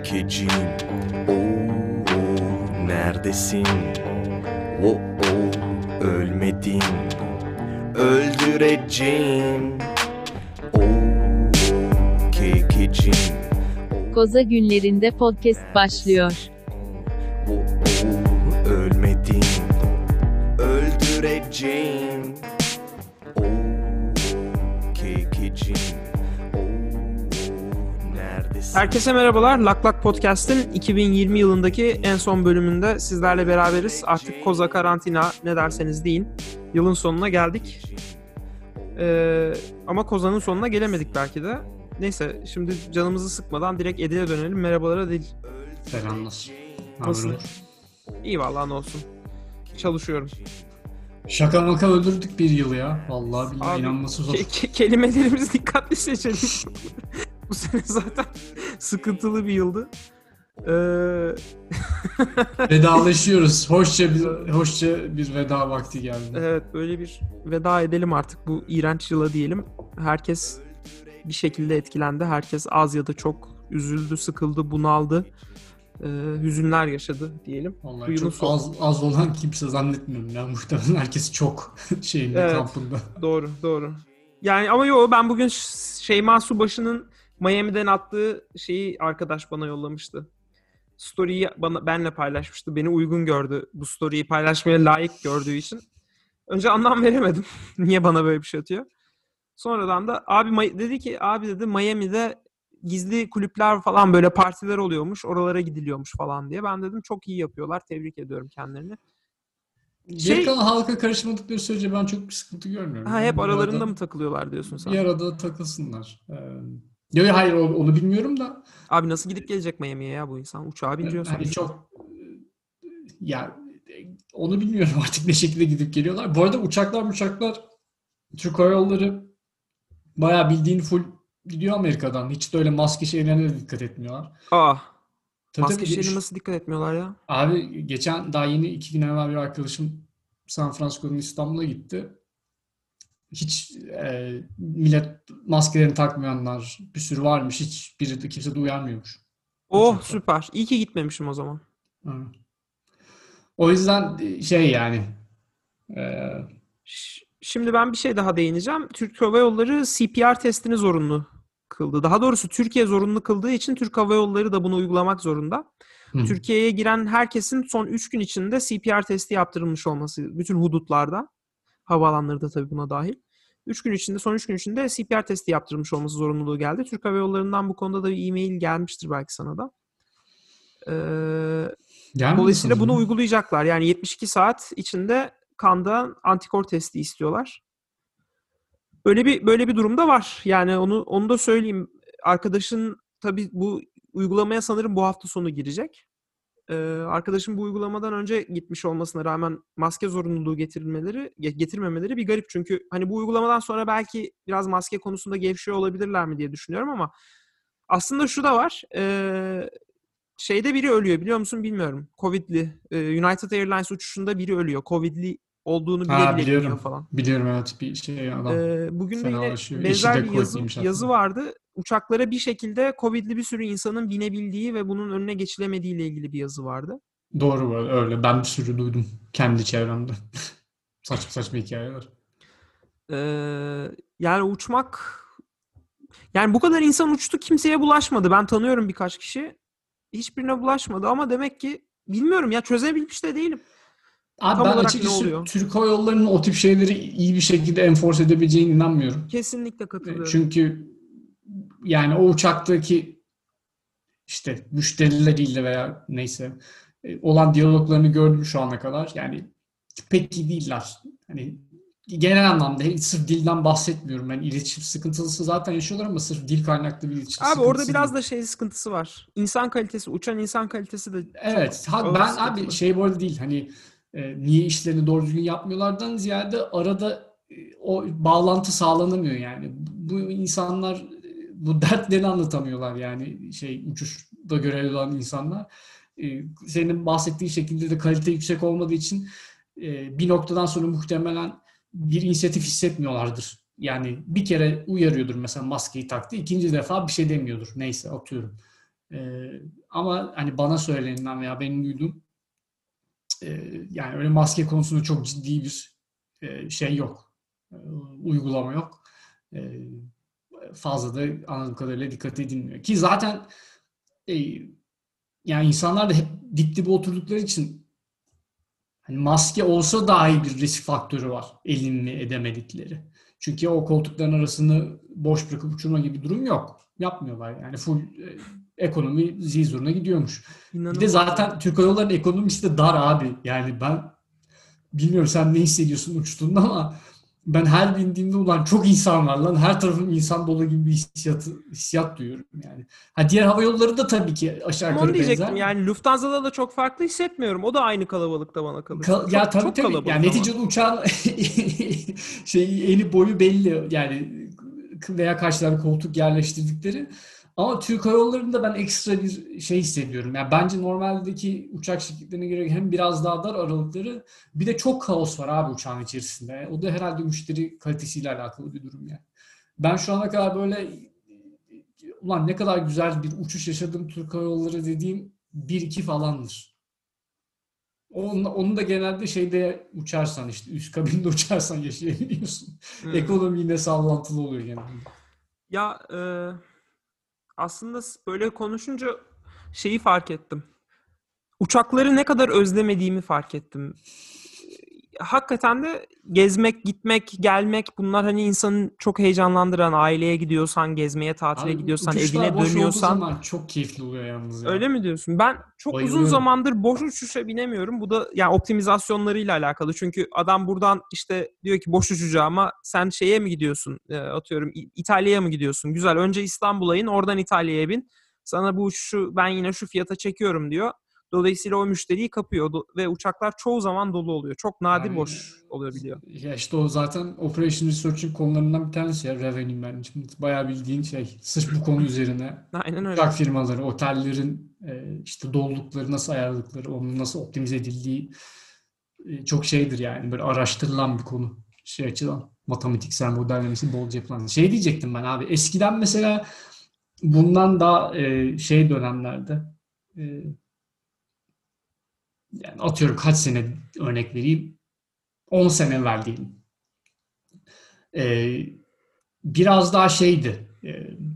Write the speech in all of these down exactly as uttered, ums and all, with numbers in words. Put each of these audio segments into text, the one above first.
kekecim. Oo, neredesin? Oo, ölmedin. Öldüreceğim. Oo, kekecim. Koza Günlerinde podcast başlıyor. Oo, ölmedin. Öldüreceğim. Oo, kekecim. Herkese merhabalar. Lak Lak Podcast'in iki bin yirmi yılındaki en son bölümünde sizlerle beraberiz. Artık koza karantina ne derseniz deyin. Yılın sonuna geldik. Ee, ama kozanın sonuna gelemedik belki de. Neyse şimdi canımızı sıkmadan direkt Edil'e dönelim. Merhabalar Edil. Selamlar. Nasıl? İyi vallahi ne olsun. Çalışıyorum. Şaka maka öldürdük bir yıl ya. Vallahi billahi Abi, inanması zor. Ke- ke- kelimelerimizi dikkatli seçelim. Bu sene zaten sıkıntılı bir yıldı. Ee... Vedalaşıyoruz. Hoşça bir hoşça bir veda vakti geldi. Evet, böyle bir veda edelim artık bu iğrenç yıla diyelim. Herkes bir şekilde etkilendi. Herkes az ya da çok üzüldü, sıkıldı, bunaldı. Ee, hüzünler yaşadı diyelim. Vallahi çok son... az az olan kimse zannetmiyorum ya. Muhtemelen herkes çok şeyinde evet, kampında. Doğru, doğru. Yani ama yo ben bugün Şeyma Subaşı'nın Miami'den attığı şeyi arkadaş bana yollamıştı. Story'yi bana benle paylaşmıştı. Beni uygun gördü. Bu story'yi paylaşmaya layık gördüğü için. Önce anlam veremedim. Niye bana böyle bir şey atıyor? Sonradan da abi dedi ki abi dedi Miami'de gizli kulüpler falan böyle partiler oluyormuş. Oralara gidiliyormuş falan diye. Ben dedim çok iyi yapıyorlar. Tebrik ediyorum kendilerini. Şey, Geri kalan halka karışmadıkları sürece ben çok bir sıkıntı görmüyorum. Ha, yani hep aralarında arada, mı takılıyorlar diyorsun sen? Bir arada takılsınlar. Ee, yok hayır onu bilmiyorum da. Abi nasıl gidip gelecek Miami'ye ya bu insan? Uçağa biniyor hani sonuçta. Çok ya onu bilmiyorum artık ne şekilde gidip geliyorlar. Bu arada uçaklar uçaklar Türk Hava Yolları bayağı bildiğin full gidiyor Amerika'dan. Hiç de öyle maske şeylerine de dikkat etmiyorlar. Aa. Tabii maske tabii. şeyine nasıl dikkat etmiyorlar ya? Abi geçen daha yeni iki gün evvel bir arkadaşım San Francisco'dan İstanbul'a gitti. Hiç e, millet maskelerini takmayanlar bir sürü varmış. Hiç biri de kimse de uyarmıyormuş. Oh uçakta. Süper. İyi ki gitmemişim o zaman. Evet. O yüzden şey yani. E... Şimdi ben bir şey daha değineceğim. Türk Hava Yolları C P R testini zorunlu kıldı. Daha doğrusu Türkiye zorunlu kıldığı için Türk Hava Yolları da bunu uygulamak zorunda. Hı. Türkiye'ye giren herkesin son üç gün içinde C P R testi yaptırılmış olması. Bütün hudutlarda. Havaalanları da tabii buna dahil. üç gün içinde, son üç gün içinde C P R testi yaptırılmış olması zorunluluğu geldi. Türk Hava Yolları'ndan bu konuda da bir e-mail gelmiştir belki sana da. Ee, dolayısıyla bunu uygulayacaklar. Yani yetmiş iki saat içinde kanda antikor testi istiyorlar. Böyle bir böyle bir durumda var. Yani onu onu da söyleyeyim. Arkadaşın tabii bu uygulamaya sanırım bu hafta sonu girecek. Ee, arkadaşım bu uygulamadan önce gitmiş olmasına rağmen maske zorunluluğu getirilmeleri, getirmemeleri bir garip. Çünkü hani bu uygulamadan sonra belki biraz maske konusunda gevşiyor olabilirler mi diye düşünüyorum ama aslında şu da var. Ee, şeyde biri ölüyor biliyor musun bilmiyorum. Covid'li. Ee, United Airlines uçuşunda biri ölüyor. Covid'li olduğunu bile ha, bile biliyorum. bilmiyor falan. Biliyorum evet bir şey adam. Ee, bugün de yine benzer bir yazı, yazı vardı. Uçaklara bir şekilde Covid'li bir sürü insanın binebildiği ve bunun önüne geçilemediği ile ilgili bir yazı vardı. Doğru var öyle. Ben bir sürü duydum kendi çevremde. saçma saçma hikayeler. Ee, yani uçmak yani bu kadar insan uçtu kimseye bulaşmadı. Ben tanıyorum birkaç kişi. Hiçbirine bulaşmadı ama demek ki bilmiyorum ya çözebilmiş de değilim. Abi Tam ben olarak açıkçası Türk Hava Yolları'nın o tip şeyleri iyi bir şekilde enforce edebileceğine inanmıyorum. Kesinlikle katılıyorum. Çünkü yani o uçaktaki işte müşterileriyle veya neyse olan diyaloglarını gördüm şu ana kadar. Yani pek iyi değiller. Hani genel anlamda sırf dilden bahsetmiyorum. Yani iletişim sıkıntısı zaten yaşıyorlar ama sırf dil kaynaklı bir iletişim abi sıkıntısı. Abi orada biraz değil. Da şey sıkıntısı var. İnsan kalitesi, uçan insan kalitesi de evet, çok ben abi şey böyle değil. Hani e, niye işlerini doğru düzgün yapmıyorlardan ziyade arada e, o bağlantı sağlanamıyor yani. Bu insanlar e, bu dertlerini anlatamıyorlar yani şey uçuşta görevli olan insanlar. E, senin bahsettiğin şekilde de kalite yüksek olmadığı için e, bir noktadan sonra muhtemelen bir inisiyatif hissetmiyorlardır. Yani bir kere uyarıyordur mesela maskeyi taktı. İkinci defa bir şey demiyordur. Neyse atıyorum. E, ama hani bana söylenilen veya benim duyduğum e, yani öyle maske konusunda çok ciddi bir e, şey yok. E, uygulama yok. E, fazla da anladığım kadarıyla dikkat edilmiyor. Ki zaten e, yani insanlar da hep dip dibe oturdukları için hani maske olsa dahi bir risk faktörü var elinle edemedikleri. Çünkü o koltukların arasını boş bırakıp uçurma gibi durum yok. Yapmıyorlar yani. Full e, ekonomi zizuruna gidiyormuş. İnanılmaz. Bir de zaten Türk Hava Yolları'nın ekonomisi de dar abi. Yani ben bilmiyorum sen ne hissediyorsun uçtuğunda ama ben her bindiğimde ulan çok insan var lan. Her tarafım insan dolu gibi bir hissiyat, hissiyat duyuyorum yani. Ha, diğer hava yolları da tabii ki aşağı Ama yukarı onu diyecektim benzer. yani Lufthansa'da da çok farklı hissetmiyorum. O da aynı kalabalıkta bana kalırsa. Ka- Çok, ya tabii çok tabii. kalabalık Yani ama. neticede uçağın şey eni boyu belli. Yani veya kaç tane koltuk yerleştirdikleri. Ama Türk Hava Yolları'nda ben ekstra bir şey hissediyorum. Yani bence normaldeki uçak şirketlerine göre hem biraz daha dar aralıkları bir de çok kaos var abi uçağın içerisinde. O da herhalde müşteri kalitesiyle alakalı bir durum yani. Ben şu ana kadar böyle ulan ne kadar güzel bir uçuş yaşadım Türk Hava Yolları dediğim bir iki falandır. Onu, onu da genelde şeyde uçarsan işte üst kabinde uçarsan yaşayabiliyorsun. Hmm. Ekonomi yine sallantılı oluyor genelde. Ya e, aslında böyle konuşunca şeyi fark ettim. Uçakları ne kadar özlemediğimi fark ettim. Hakikaten de gezmek, gitmek, gelmek bunlar hani insanı çok heyecanlandıran, aileye gidiyorsan, gezmeye, tatile Abi, gidiyorsan, uçuşlar evine boş olduğu dönüyorsan. zaman çok keyifli oluyor yalnız ya. Öyle mi diyorsun? Ben çok uzun Bayılıyorum. zamandır boş uçuşa binemiyorum. Bu da yani optimizasyonlarıyla alakalı. Çünkü adam buradan işte diyor ki boş uçacağıma sen şeye mi gidiyorsun? E, atıyorum İ- İtalya'ya mı gidiyorsun? Güzel. Önce İstanbul'a in, oradan İtalya'ya bin. Sana bu uçuşu ben yine şu fiyata çekiyorum diyor. Dolayısıyla o müşteriyi kapıyor Do- ve uçaklar çoğu zaman dolu oluyor. Çok nadir Yani, boş olabiliyor. Ya işte o zaten Operation Research'in konularından bir tanesi ya Revenue Management. Bayağı bildiğin şey. Sırf bu konu üzerine Aynen öyle. uçak firmaları, otellerin e, işte dolulukları nasıl ayarladıkları, onun nasıl optimize edildiği e, çok şeydir yani. Böyle araştırılan bir konu. Şey açıdan matematiksel modellemesi bolca yapılan. Şey diyecektim ben abi. Eskiden mesela bundan daha e, şey dönemlerde e, yani atıyorum kaç sene örnek vereyim. on sene evvel diyelim. Ee, biraz daha şeydi. Ee,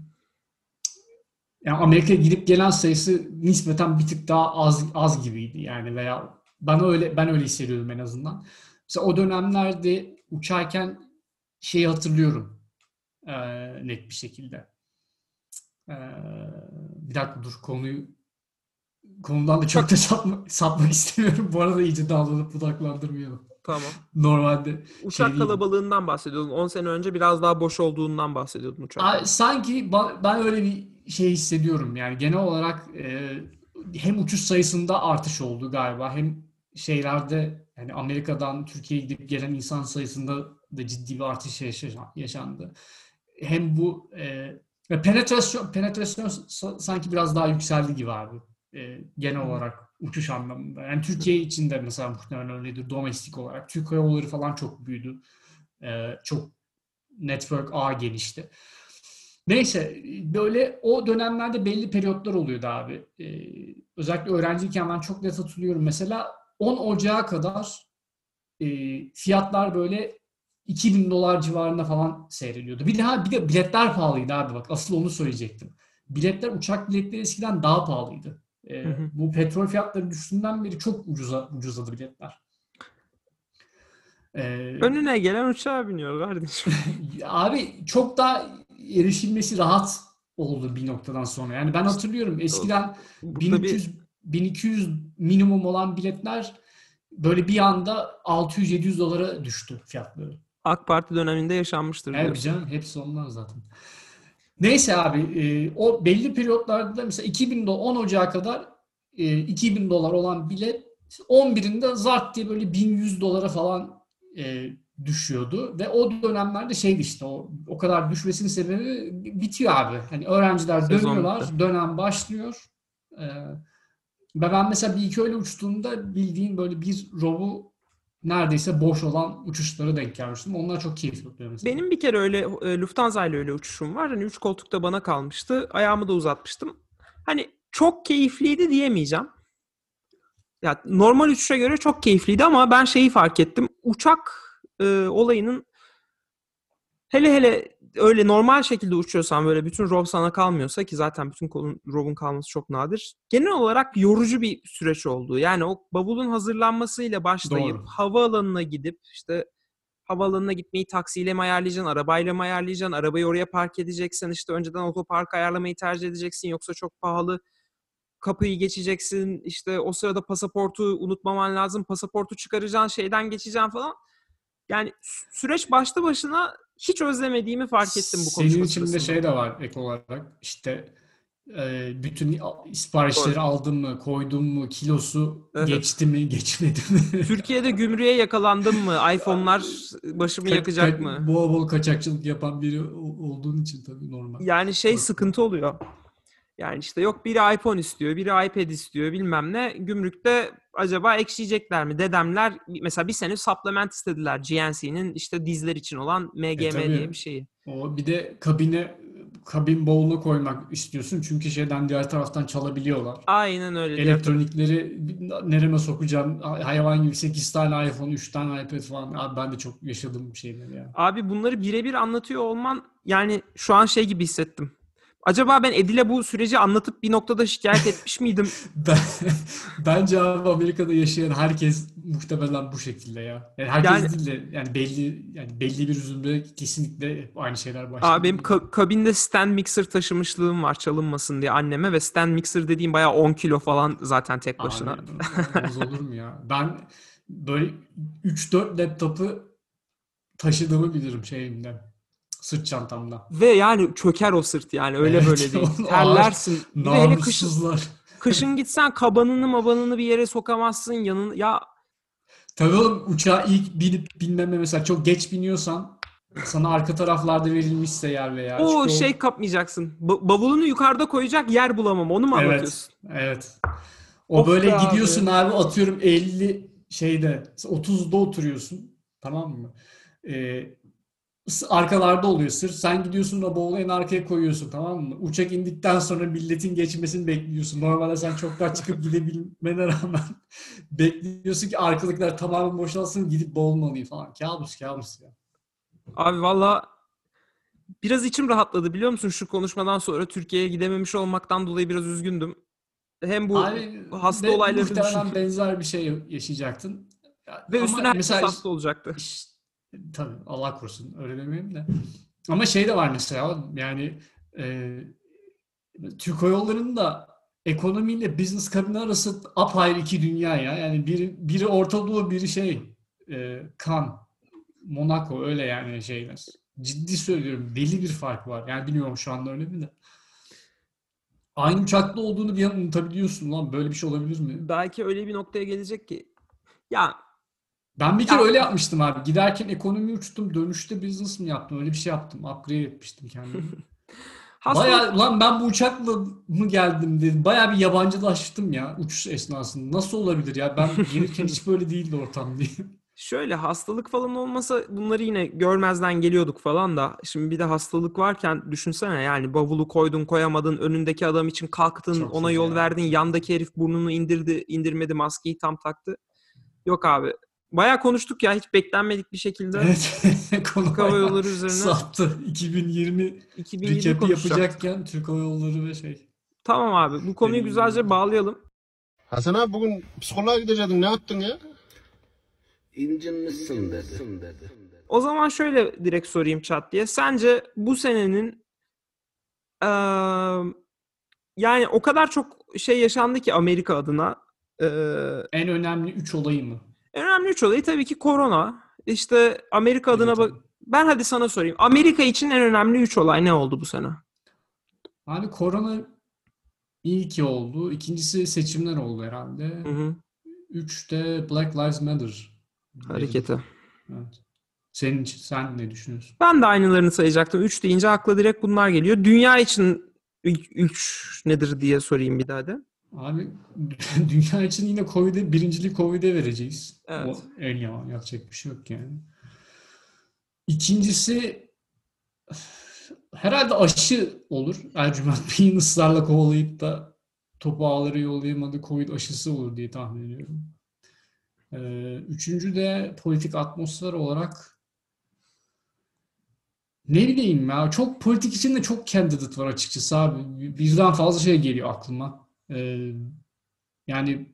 yani Amerika'ya gidip gelen sayısı nispeten bir tık daha az az gibiydi yani veya bana öyle ben öyle hissediyordum en azından. Mesela o dönemlerde uçarken şeyi hatırlıyorum ee, net bir şekilde. Ee, bir dakika dur konuyu konudan da çok da sapma, sapmak istemiyorum. Bu arada iyice dağlanıp budaklandırmayalım. Tamam. Normalde Uçak şey değil. kalabalığından bahsediyordun. on sene önce biraz daha boş olduğundan bahsediyordun uçakların. Aa, sanki ba- ben öyle bir şey hissediyorum. Yani genel olarak e, hem uçuş sayısında artış oldu galiba hem şeylerde yani Amerika'dan Türkiye'ye gidip gelen insan sayısında da ciddi bir artış yaşa- yaşandı. Hem bu e, ve penetrasyon penetrasyon sa- sanki biraz daha yükseldi gibi abi. E, genel olarak uçuş anlamında. Yani Türkiye için de mesela muhtemelen öyledir domestik olarak. Türk Hava Yolları falan çok büyüdü. E, çok network ağ gelişti. Neyse böyle o dönemlerde belli periyotlar oluyordu abi. Ee, özellikle öğrenciyken ben çok net hatırlıyorum. Mesela on Ocağı kadar e, fiyatlar böyle iki bin dolar civarında falan seyrediyordu. Bir daha bir de biletler pahalıydı abi bak. Asıl onu söyleyecektim. Biletler uçak biletleri eskiden daha pahalıydı. Ee, Hı hı. bu petrol fiyatları düştüğünden beri çok ucuza ucuzladı biletler. Ee, Önüne gelen uçağa biniyor kardeşim. Abi çok daha erişilmesi rahat oldu bir noktadan sonra. Yani ben hatırlıyorum eskiden Burada bin üç yüz bir bin iki yüz minimum olan biletler böyle bir anda altı yüz yedi yüz dolara düştü fiyatları. AK Parti döneminde yaşanmıştır Evet diyorsun. canım hepsi ondan zaten. Neyse abi e, o belli periyotlarda da mesela iki bin dolar on Ocağı kadar e, iki bin dolar olan bilet on birinde zart diye böyle bin yüz dolara falan e, düşüyordu ve o dönemlerde şeydi işte o o kadar düşmesinin sebebi bitiyor abi. Hani öğrenciler Sezon dönüyorlar, bitti. dönem başlıyor. E, ve ben mesela bir iki öyle uçtuğumda bildiğin böyle bir rovu neredeyse boş olan uçuşlara denk gelmiştim. Onlar çok keyifli oluyor mesela. Benim bir kere öyle e, Lufthansa ile öyle uçuşum var. Hani üç koltukta bana kalmıştı. Ayağımı da uzatmıştım. Hani çok keyifliydi diyemeyeceğim. Ya normal uçuşa göre çok keyifliydi ama ben şeyi fark ettim. Uçak e, olayının hele hele öyle normal şekilde uçuyorsan böyle bütün rov sana kalmıyorsa ki zaten bütün kolun rovun kalması çok nadir. Genel olarak yorucu bir süreç oldu. Yani o bavulun hazırlanmasıyla başlayıp Doğru. havaalanına gidip işte havaalanına gitmeyi taksiyle mi ayarlayacaksın, arabayla mı ayarlayacaksın, arabayı oraya park edeceksin, işte önceden otopark ayarlamayı tercih edeceksin yoksa çok pahalı kapıyı geçeceksin, işte o sırada pasaportu unutmaman lazım, pasaportu çıkaracaksın, şeyden geçeceksin falan. Yani süreç başlı başına hiç özlemediğimi fark ettim bu konuşma Senin sırasında. içinde şey de var ek olarak işte e, bütün siparişleri Doğru. aldın mı, koydun mu, kilosu Evet. geçti mi, geçmedi mi? Türkiye'de gümrüğe yakalandım mı? iPhone'lar başımı Ka- yakacak ka- mı? Bol bol kaçakçılık yapan biri o- olduğun için tabii normal. Yani şey Korkma. sıkıntı oluyor. Yani işte yok biri iPhone istiyor, biri iPad istiyor bilmem ne. Gümrükte acaba ekşiyecekler mi? Dedemler mesela bir sene supplement istediler. G N C'nin işte dizler için olan M G M E, diye tabii. bir şeyi. O bir de kabine kabin bavuluna koymak istiyorsun çünkü şeyden diğer taraftan çalabiliyorlar. Aynen öyle. Diğer taraf- Elektronikleri nereme sokacağım? Hayvan gibi sekiz tane iPhone, üç tane iPad falan. Abi ben de çok yaşadığım şeyler ya. Abi bunları birebir anlatıyor olman yani şu an şey gibi hissettim. Acaba ben Edil'e bu süreci anlatıp bir noktada şikayet etmiş miydim? Ben, bence abi Amerika'da yaşayan herkes muhtemelen bu şekilde ya. Yani herkes Yani değil de yani belli yani belli bir üzümde kesinlikle aynı şeyler başlıyor. abi benim ka- kabinde stand mixer taşımışlığım var çalınmasın diye anneme ve stand mixer dediğim bayağı on kilo falan zaten tek başına. Abi olmaz olur mu ya? Ben böyle üç dört laptopu taşıdığımı bilirim şeyimde. Sırt çantamda. Ve yani çöker o sırt yani öyle Evet, böyle değil. o ağır, Terlersin. Bir de hele kışın, namussuzlar. kışın gitsen kabanını mabanını bir yere sokamazsın yanına. Ya Tabii oğlum uçağa ilk binip binmeme mesela çok geç biniyorsan sana arka taraflarda verilmişse yer veya o çünkü şey kapmayacaksın. Ba- bavulunu yukarıda koyacak yer bulamam. Onu mu evet, anlatıyorsun? evet. O Of böyle be abi. gidiyorsun abi atıyorum elli şeyde otuzda oturuyorsun tamam mı? Ee, arkalarda oluyor sırf. Sen gidiyorsun da bavulu en arkaya koyuyorsun tamam mı? Uçak indikten sonra milletin geçmesini bekliyorsun. Normalde sen çoktan çıkıp gidebilmene rağmen bekliyorsun ki arkadakiler tamamen boşalsın gidip bavulunu alayım falan. Kabus kabus ya. Abi valla biraz içim rahatladı biliyor musun? Şu konuşmadan sonra Türkiye'ye gidememiş olmaktan dolayı biraz üzgündüm. Hem bu Abi hasta ve olaylarını düşün. muhtemelen benzer bir şey yaşayacaktın. Ve Ama üstüne herkes mesela hasta olacaktı. işte, tabii Allah korusun öyle demeyeyim de. Ama şey de var mesela yani e, Türk Hava Yolları'nın da ekonomiyle business kabini arası apayrı iki dünya ya. Yani biri, biri Orta Doğu, biri şey e, Cannes, Monaco öyle yani şeyler. Ciddi söylüyorum deli bir fark var. Yani bilmiyorum şu anda öyle mi de. Aynı uçakta olduğunu bir an unutabiliyorsun lan. Böyle bir şey olabilir mi? Belki öyle bir noktaya gelecek ki. Ya Ben bir kere Ya- öyle yapmıştım abi. Giderken ekonomi uçtum. Dönüşte business mi yaptım? Öyle bir şey yaptım. Upgrade etmiştim kendimi. hastalık Baya lan ben bu uçakla mı geldim dedim. Baya bir yabancılaştım ya uçuş esnasında. Nasıl olabilir ya? Ben gelirken hiç böyle değildi ortam diye. şöyle hastalık falan olmasa bunları yine görmezden geliyorduk falan da şimdi bir de hastalık varken düşünsene yani bavulu koydun koyamadın önündeki adam için kalktın Çok ona zor yol ya. verdin yandaki herif burnunu indirdi indirmedi maskeyi tam taktı. Yok abi. Bayağı konuştuk ya hiç beklenmedik bir şekilde Evet. Konu Türk Hava bayağı Yolları üzerine saptı. iki bin yirmi iki bin yirmi recap'i konuşacaktık. yapacakken Türk Hava Yolları ve şey. Tamam abi bu konuyu Benim güzelce bilmiyorum. bağlayalım. Hasan abi bugün psikoloğa gidecektin. Ne yaptın ya? İncinmişsin dedi. O zaman şöyle direkt sorayım chat diye. Sence bu senenin eee, yani o kadar çok şey yaşandı ki Amerika adına. Eee En önemli üç olayı mı? en önemli üç olayı tabii ki korona. İşte Amerika adına Evet bak. abi. Ben hadi sana sorayım. Amerika için en önemli üç olay ne oldu bu sene? Hani korona iyi ki oldu. İkincisi seçimler oldu herhalde. Hı hı. Üç de Black Lives Matter. Hareketi. Evet. Senin için sen ne düşünüyorsun? Ben de aynılarını sayacaktım. Üç deyince akla direkt bunlar geliyor. Dünya için ilk üç nedir diye sorayım bir daha da. Abi dünya için yine Covid'e birinciliği Covid'e vereceğiz. Evet. O en yalan yapacak bir şey yok yani. İkincisi herhalde aşı olur. Ercüment Bey'in ısrarla kovalayıp da topu ağlara yollayamadı Covid aşısı olur diye tahmin ediyorum. Ee, üçüncü de politik atmosfer olarak ne bileyim ya, çok politik için de çok candidate var açıkçası abi. Birden fazla şey geliyor aklıma. Ee, yani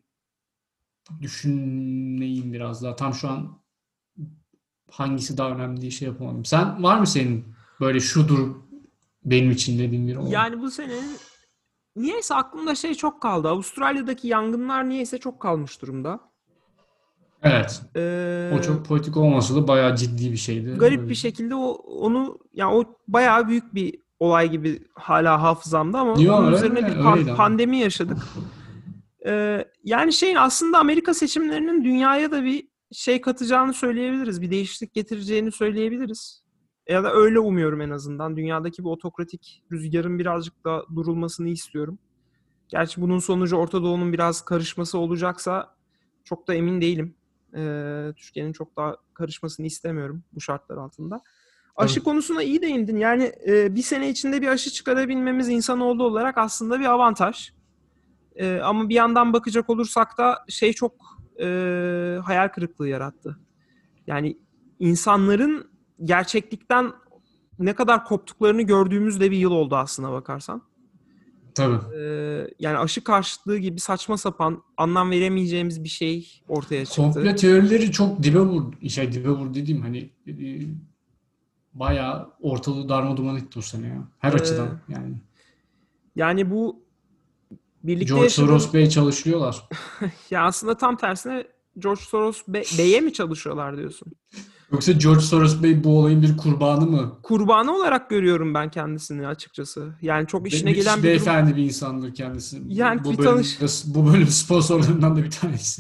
düşüneyim biraz daha. Tam şu an hangisi daha önemli diye şey yapamadım. Sen var mı senin böyle şudur benim için dediğin bir olay? Yani bu senenin niyeyse aklımda şey çok kaldı. Avustralya'daki yangınlar niyeyse çok kalmış durumda. Evet. Ee, O çok politik olmasa da bayağı ciddi bir şeydi. garip Öyle. bir şekilde o onu yani o bayağı büyük bir olay gibi hala hafızamda ama Yo, onun öyle üzerine mi? bir pan- Öyleydi ama. pandemi yaşadık. Ee, yani şeyin aslında Amerika seçimlerinin dünyaya da bir şey katacağını söyleyebiliriz. Bir değişiklik getireceğini söyleyebiliriz. Ya da öyle umuyorum en azından. Dünyadaki bu otokratik rüzgarın birazcık da durulmasını istiyorum. Gerçi bunun sonucu Orta Doğu'nun biraz karışması olacaksa çok da emin değilim. Ee, Türkiye'nin çok daha karışmasını istemiyorum bu şartlar altında. Aşı Tabii. konusuna iyi değindin. Yani e, bir sene içinde bir aşı çıkarabilmemiz insanoğlu olarak aslında bir avantaj. E, ama bir yandan bakacak olursak da şey çok e, hayal kırıklığı yarattı. Yani insanların gerçeklikten ne kadar koptuklarını gördüğümüz de bir yıl oldu aslına bakarsan. Tabii. Ee, yani aşı karşıtlığı gibi saçma sapan anlam veremeyeceğimiz bir şey ortaya çıktı. Komple teorileri çok dibe vurdu. Şey dibe vurdu dediğim hani e, bayağı ortalığı darmaduman etti o sene ya. Her Ee, açıdan yani. Yani bu birlikte George yaşadığım... Soros Bey çalışıyorlar. Ya aslında tam tersine George Soros Be- Bey'e mi çalışıyorlar diyorsun? Yoksa George Soros Bey bu olayın bir kurbanı mı? Kurbanı olarak görüyorum ben kendisini açıkçası. Yani çok işine Müthiş gelen bir durum. beyefendi bir insandır kendisi. Yani bu bir bölüm, tanış- bu bölüm sponsorlarından da bir tanesi.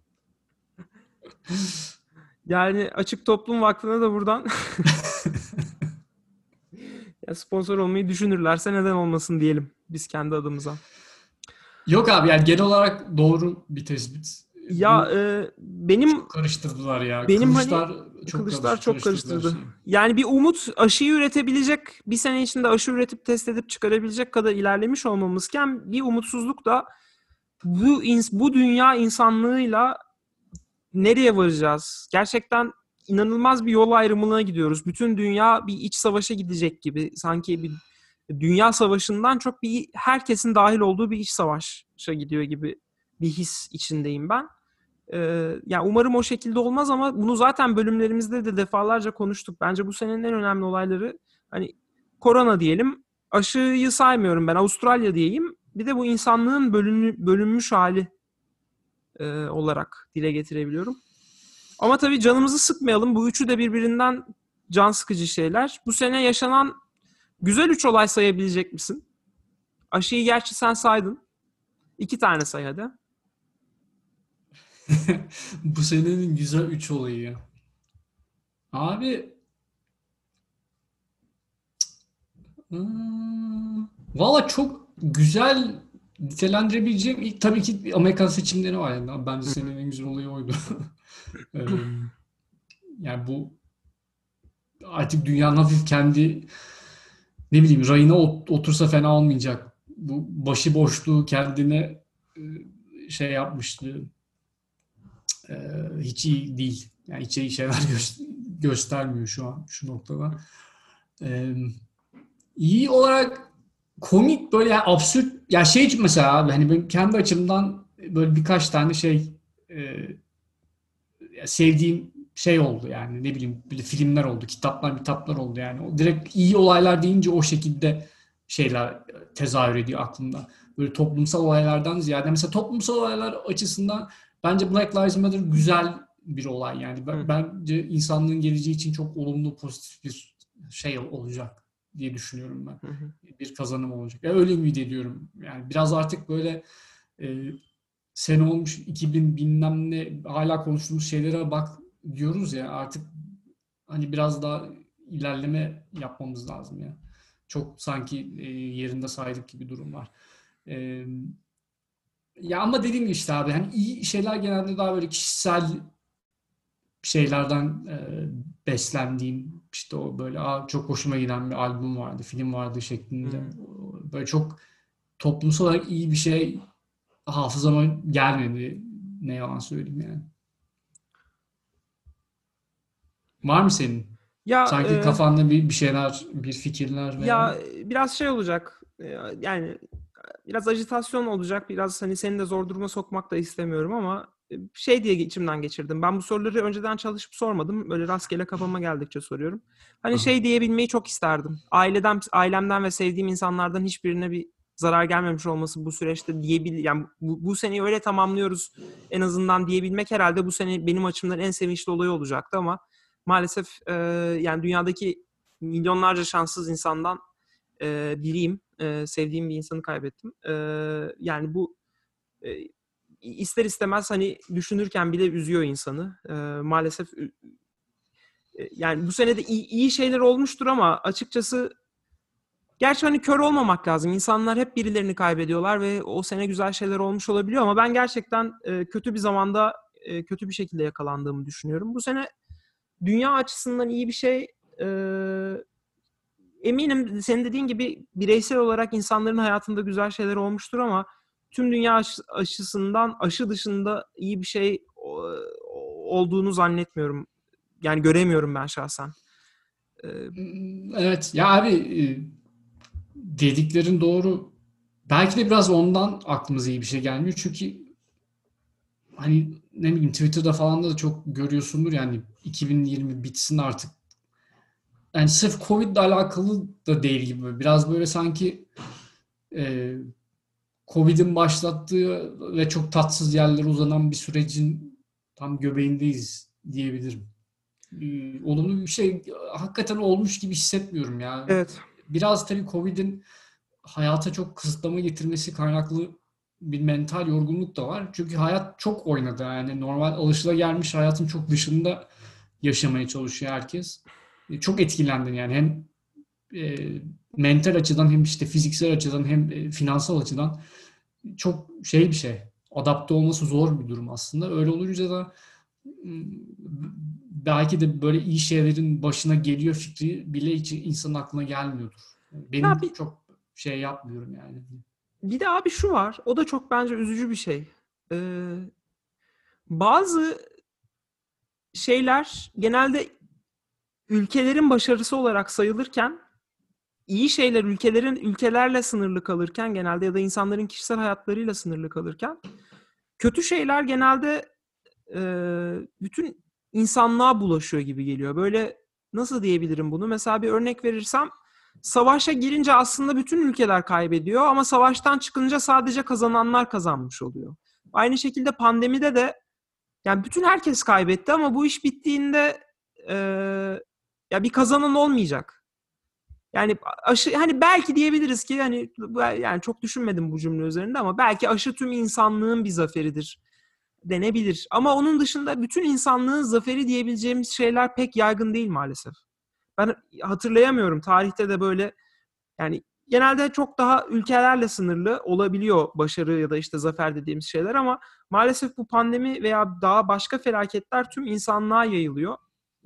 Yani Açık Toplum Vakfı'na da buradan ya sponsor olmayı düşünürlerse neden olmasın diyelim biz kendi adımıza. Yok abi yani genel olarak doğru bir tespit. Ya Bu e, benim çok karıştırdılar ya. benim Kılıçlar hani çok kılıçlar karış- çok karıştırdılar karıştırdı. şeyi. Yani bir umut aşıyı üretebilecek, bir sene içinde aşı üretip test edip çıkarabilecek kadar ilerlemiş olmamızken bir umutsuzluk da bu ins- bu dünya insanlığıyla nereye varacağız? Gerçekten inanılmaz bir yol ayrımına gidiyoruz. Bütün dünya bir iç savaşa gidecek gibi. Sanki bir dünya savaşından çok bir herkesin dahil olduğu bir iç savaşa gidiyor gibi bir his içindeyim ben. Ee, yani umarım o şekilde olmaz ama bunu zaten bölümlerimizde de defalarca konuştuk. Bence bu senenin en önemli olayları hani korona diyelim. Aşıyı saymıyorum ben. Avustralya diyeyim. Bir de bu insanlığın bölünü, bölünmüş hali e, olarak dile getirebiliyorum. Ama tabii canımızı sıkmayalım. Bu üçü de birbirinden can sıkıcı şeyler. Bu sene yaşanan güzel üç olay sayabilecek misin? Aşıyı gerçi sen saydın. İki tane say hadi. Bu senenin güzel üç olayı ya. Abi hmm, valla çok güzel nitelendirebileceğim ilk tabii ki Amerikan seçimleri var yani. Bence senenin en güzel olayı oydu. Ee, yani bu artık dünyanın hafif kendi ne bileyim rayına ot- otursa fena olmayacak. Bu başıboşluğu kendine e, şey yapmıştı. Ee, hiç iyi değil. Yani hiç iyi şeyler gö- göstermiyor şu an şu noktada. Ee, iyi olarak komik böyle yani absürt ya şey mesela abi hani benim kendi açımdan böyle birkaç tane şey e, sevdiğim şey oldu yani ne bileyim böyle filmler oldu, kitaplar, kitaplar oldu yani. O direkt iyi olaylar deyince o şekilde şeyler tezahür ediyor aklımda. Böyle toplumsal olaylardan ziyade mesela toplumsal olaylar açısından bence Black Lives Matter güzel bir olay yani. Ben, bence insanlığın geleceği için çok olumlu, pozitif bir şey olacak diye düşünüyorum ben. Hı hı. Bir kazanım olacak. Ya öyle ümit ediyorum. Yani biraz artık böyle e, sene olmuş iki bin bilmem ne hala konuştuğumuz şeylere bak diyoruz ya artık hani biraz daha ilerleme yapmamız lazım ya. Çok sanki e, yerinde saydık gibi durum var. E, ya ama dediğim gibi işte abi hani iyi şeyler genelde daha böyle kişisel şeylerden e, beslendiğim işte o böyle çok hoşuma giden bir albüm vardı, film vardı şeklinde. Hmm. Böyle çok toplumsal olarak iyi bir şey hafızama gelmedi. Ne yalan söyleyeyim yani. Var mı senin? Ya Sanki e, kafanda bir, bir şeyler, bir fikirler veya... ya biraz şey olacak. e, Yani biraz ajitasyon olacak. Biraz hani seni de zor duruma sokmak da istemiyorum ama e, şey diye içimden geçirdim. Ben bu soruları önceden çalışıp sormadım. Böyle rastgele kafama geldikçe soruyorum. Hani Aha. şey diyebilmeyi çok isterdim. Aileden, ailemden ve sevdiğim insanlardan hiçbirine bir zarar gelmemiş olması bu süreçte diyebil, yani bu, bu seneyi öyle tamamlıyoruz en azından diyebilmek herhalde bu sene benim açımdan en sevinçli olay olacaktı ama maalesef e, yani dünyadaki milyonlarca şanssız insandan e, biriyim. E, sevdiğim bir insanı kaybettim. E, yani bu e, ister istemez hani düşünürken bile üzüyor insanı. E, maalesef e, yani bu sene de iyi, iyi şeyler olmuştur ama açıkçası gerçi hani kör olmamak lazım. İnsanlar hep birilerini kaybediyorlar ve o sene güzel şeyler olmuş olabiliyor ama ben gerçekten e, kötü bir zamanda e, kötü bir şekilde yakalandığımı düşünüyorum. Bu sene dünya açısından iyi bir şey e, eminim senin dediğin gibi bireysel olarak insanların hayatında güzel şeyler olmuştur ama tüm dünya aşı, aşısından aşı dışında iyi bir şey o, olduğunu zannetmiyorum. Yani göremiyorum ben şahsen. Ee, Evet ya abi e, dediklerin doğru. Belki de biraz ondan aklımıza iyi bir şey gelmiyor. Çünkü hani ne bileyim Twitter'da falan da çok görüyorsundur yani iki bin yirmi bitsin artık. Yani sırf Covid'le alakalı da değil gibi. Biraz böyle sanki e, Covid'in başlattığı ve çok tatsız yerlere uzanan bir sürecin tam göbeğindeyiz diyebilirim. Ee, olumlu bir şey hakikaten olmuş gibi hissetmiyorum ya. evet. Biraz tabii Covid'in hayata çok kısıtlama getirmesi kaynaklı bir mental yorgunluk da var. Çünkü hayat çok oynadı. Yani normal alışılagelmiş hayatın çok dışında yaşamaya çalışıyor herkes. E, Çok etkilendin yani hem e, mental açıdan hem işte fiziksel açıdan hem e, finansal açıdan çok şey bir şey. Adapte olması zor bir durum aslında. Öyle olunca da m, belki de böyle iyi şeylerin başına geliyor fikri bile hiç insanın aklına gelmiyordur. Ya Benim bir, çok şey yapmıyorum yani. bir de abi şu var. O da çok bence üzücü bir şey. Ee, bazı şeyler genelde ülkelerin başarısı olarak sayılırken iyi şeyler ülkelerin ülkelerle sınırlı kalırken genelde ya da insanların kişisel hayatlarıyla sınırlı kalırken kötü şeyler genelde e, bütün insanlığa bulaşıyor gibi geliyor. Böyle nasıl diyebilirim bunu? Mesela bir örnek verirsem savaşa girince aslında bütün ülkeler kaybediyor ama savaştan çıkınca sadece kazananlar kazanmış oluyor. Aynı şekilde pandemide de yani bütün herkes kaybetti ama bu iş bittiğinde e, ya bir kazanan olmayacak. Yani aşı hani belki diyebiliriz ki hani yani çok düşünmedim bu cümle üzerinde ama belki aşı tüm insanlığın bir zaferidir denebilir. Ama onun dışında bütün insanlığın zaferi diyebileceğimiz şeyler pek yaygın değil maalesef. Ben hatırlayamıyorum tarihte de böyle yani genelde çok daha ülkelerle sınırlı olabiliyor başarı ya da işte zafer dediğimiz şeyler ama maalesef bu pandemi veya daha başka felaketler tüm insanlığa yayılıyor.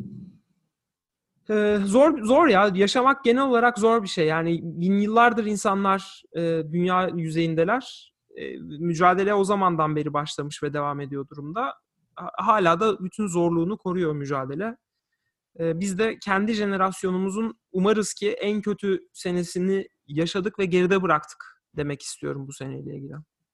Ee, zor zor ya yaşamak genel olarak zor bir şey yani bin yıllardır insanlar e, dünya yüzeyindeler e, mücadele o zamandan beri başlamış ve devam ediyor durumda Ha- hala da bütün zorluğunu koruyor mücadele. E, biz de kendi jenerasyonumuzun umarız ki en kötü senesini yaşadık ve geride bıraktık demek istiyorum bu seneyle ilgili.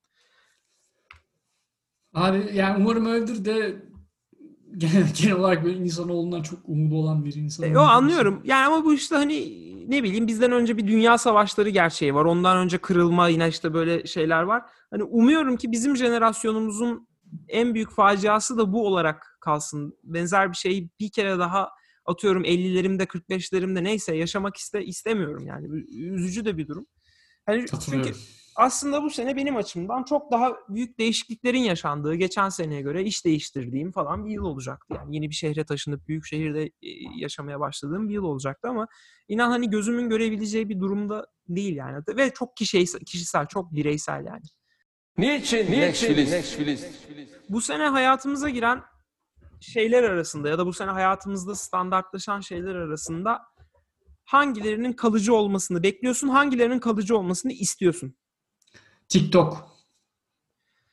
Abi yani umarım öyledir de genel, genel olarak böyle insanoğlundan çok umudu olan bir insan E, o olmadığım için. anlıyorum. Yani ama bu işte hani ne bileyim bizden önce bir dünya savaşları gerçeği var. Ondan önce kırılma yine işte böyle şeyler var. Hani umuyorum ki bizim jenerasyonumuzun en büyük faciası da bu olarak kalsın. Benzer bir şeyi bir kere daha atıyorum ellilerimde kırk beşlerimde neyse yaşamak iste istemiyorum yani. Üzücü de bir durum. Hani çünkü Katılıyorum. aslında bu sene benim açımdan çok daha büyük değişikliklerin yaşandığı, geçen seneye göre iş değiştirdiğim falan bir yıl olacaktı. Yani yeni bir şehre taşınıp büyük şehirde yaşamaya başladığım bir yıl olacaktı ama inan hani gözümün görebileceği bir durumda değil yani. Ve çok kişisel, kişisel çok bireysel yani. Niçin Netflix? Bu sene hayatımıza giren şeyler arasında ya da bu sene hayatımızda standartlaşan şeyler arasında hangilerinin kalıcı olmasını bekliyorsun, hangilerinin kalıcı olmasını istiyorsun? TikTok.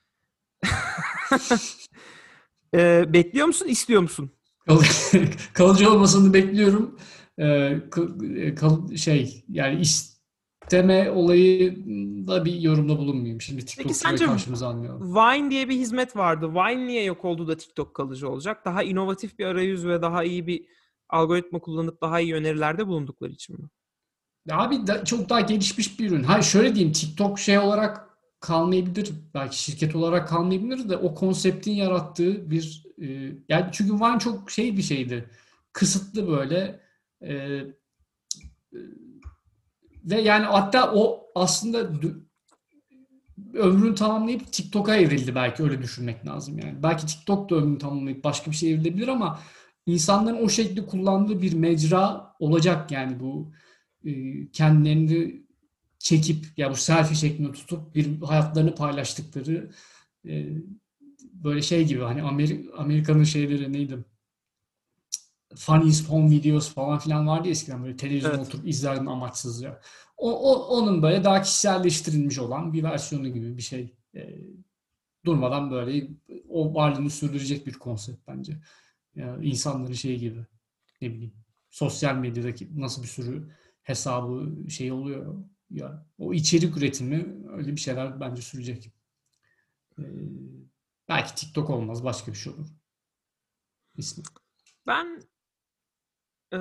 Ee, bekliyor musun, istiyor musun? Kal- Kalıcı olmasını bekliyorum. Ee, kal- kal- şey yani isteme olayında bir yorumda bulunmayayım. Şimdi Peki TikTokçuları sence karşımıza almayalım. Vine diye bir hizmet vardı. Vine niye yok oldu da TikTok kalıcı olacak? Daha inovatif bir arayüz ve daha iyi bir algoritma kullanıp daha iyi önerilerde bulundukları için mi? Abi da, çok daha gelişmiş bir ürün. Hayır şöyle diyeyim, TikTok şey olarak kalmayabilir. Belki şirket olarak kalmayabilir de o konseptin yarattığı bir e, yani çünkü Vine çok şey bir şeydi. Kısıtlı böyle e, e, ve yani hatta o aslında dü- ömrünü tamamlayıp TikTok'a evrildi, belki öyle düşünmek lazım yani. Belki TikTok da ömrünü tamamlayıp başka bir şey evrilebilir ama insanların o şekilde kullandığı bir mecra olacak yani bu e, kendilerini çekip ya bu selfie şeklinde tutup bir hayatlarını paylaştıkları e, böyle şey gibi hani Ameri- Amerika'nın şeyleri neydi? Funniest home videos falan filan vardı ya eskiden, böyle televizyona Evet. oturup izlerdim amaçsızca. O, o, onun böyle daha kişiselleştirilmiş olan bir versiyonu gibi bir şey. E, durmadan böyle o varlığını sürdürecek bir konsept bence. Ya, insanların şeyi gibi, ne bileyim, sosyal medyadaki nasıl bir sürü hesabı şey oluyor ya, o içerik üretimi öyle bir şeyler bence sürecek. E, belki TikTok olmaz, başka bir şey olur. İsmi. Ben e,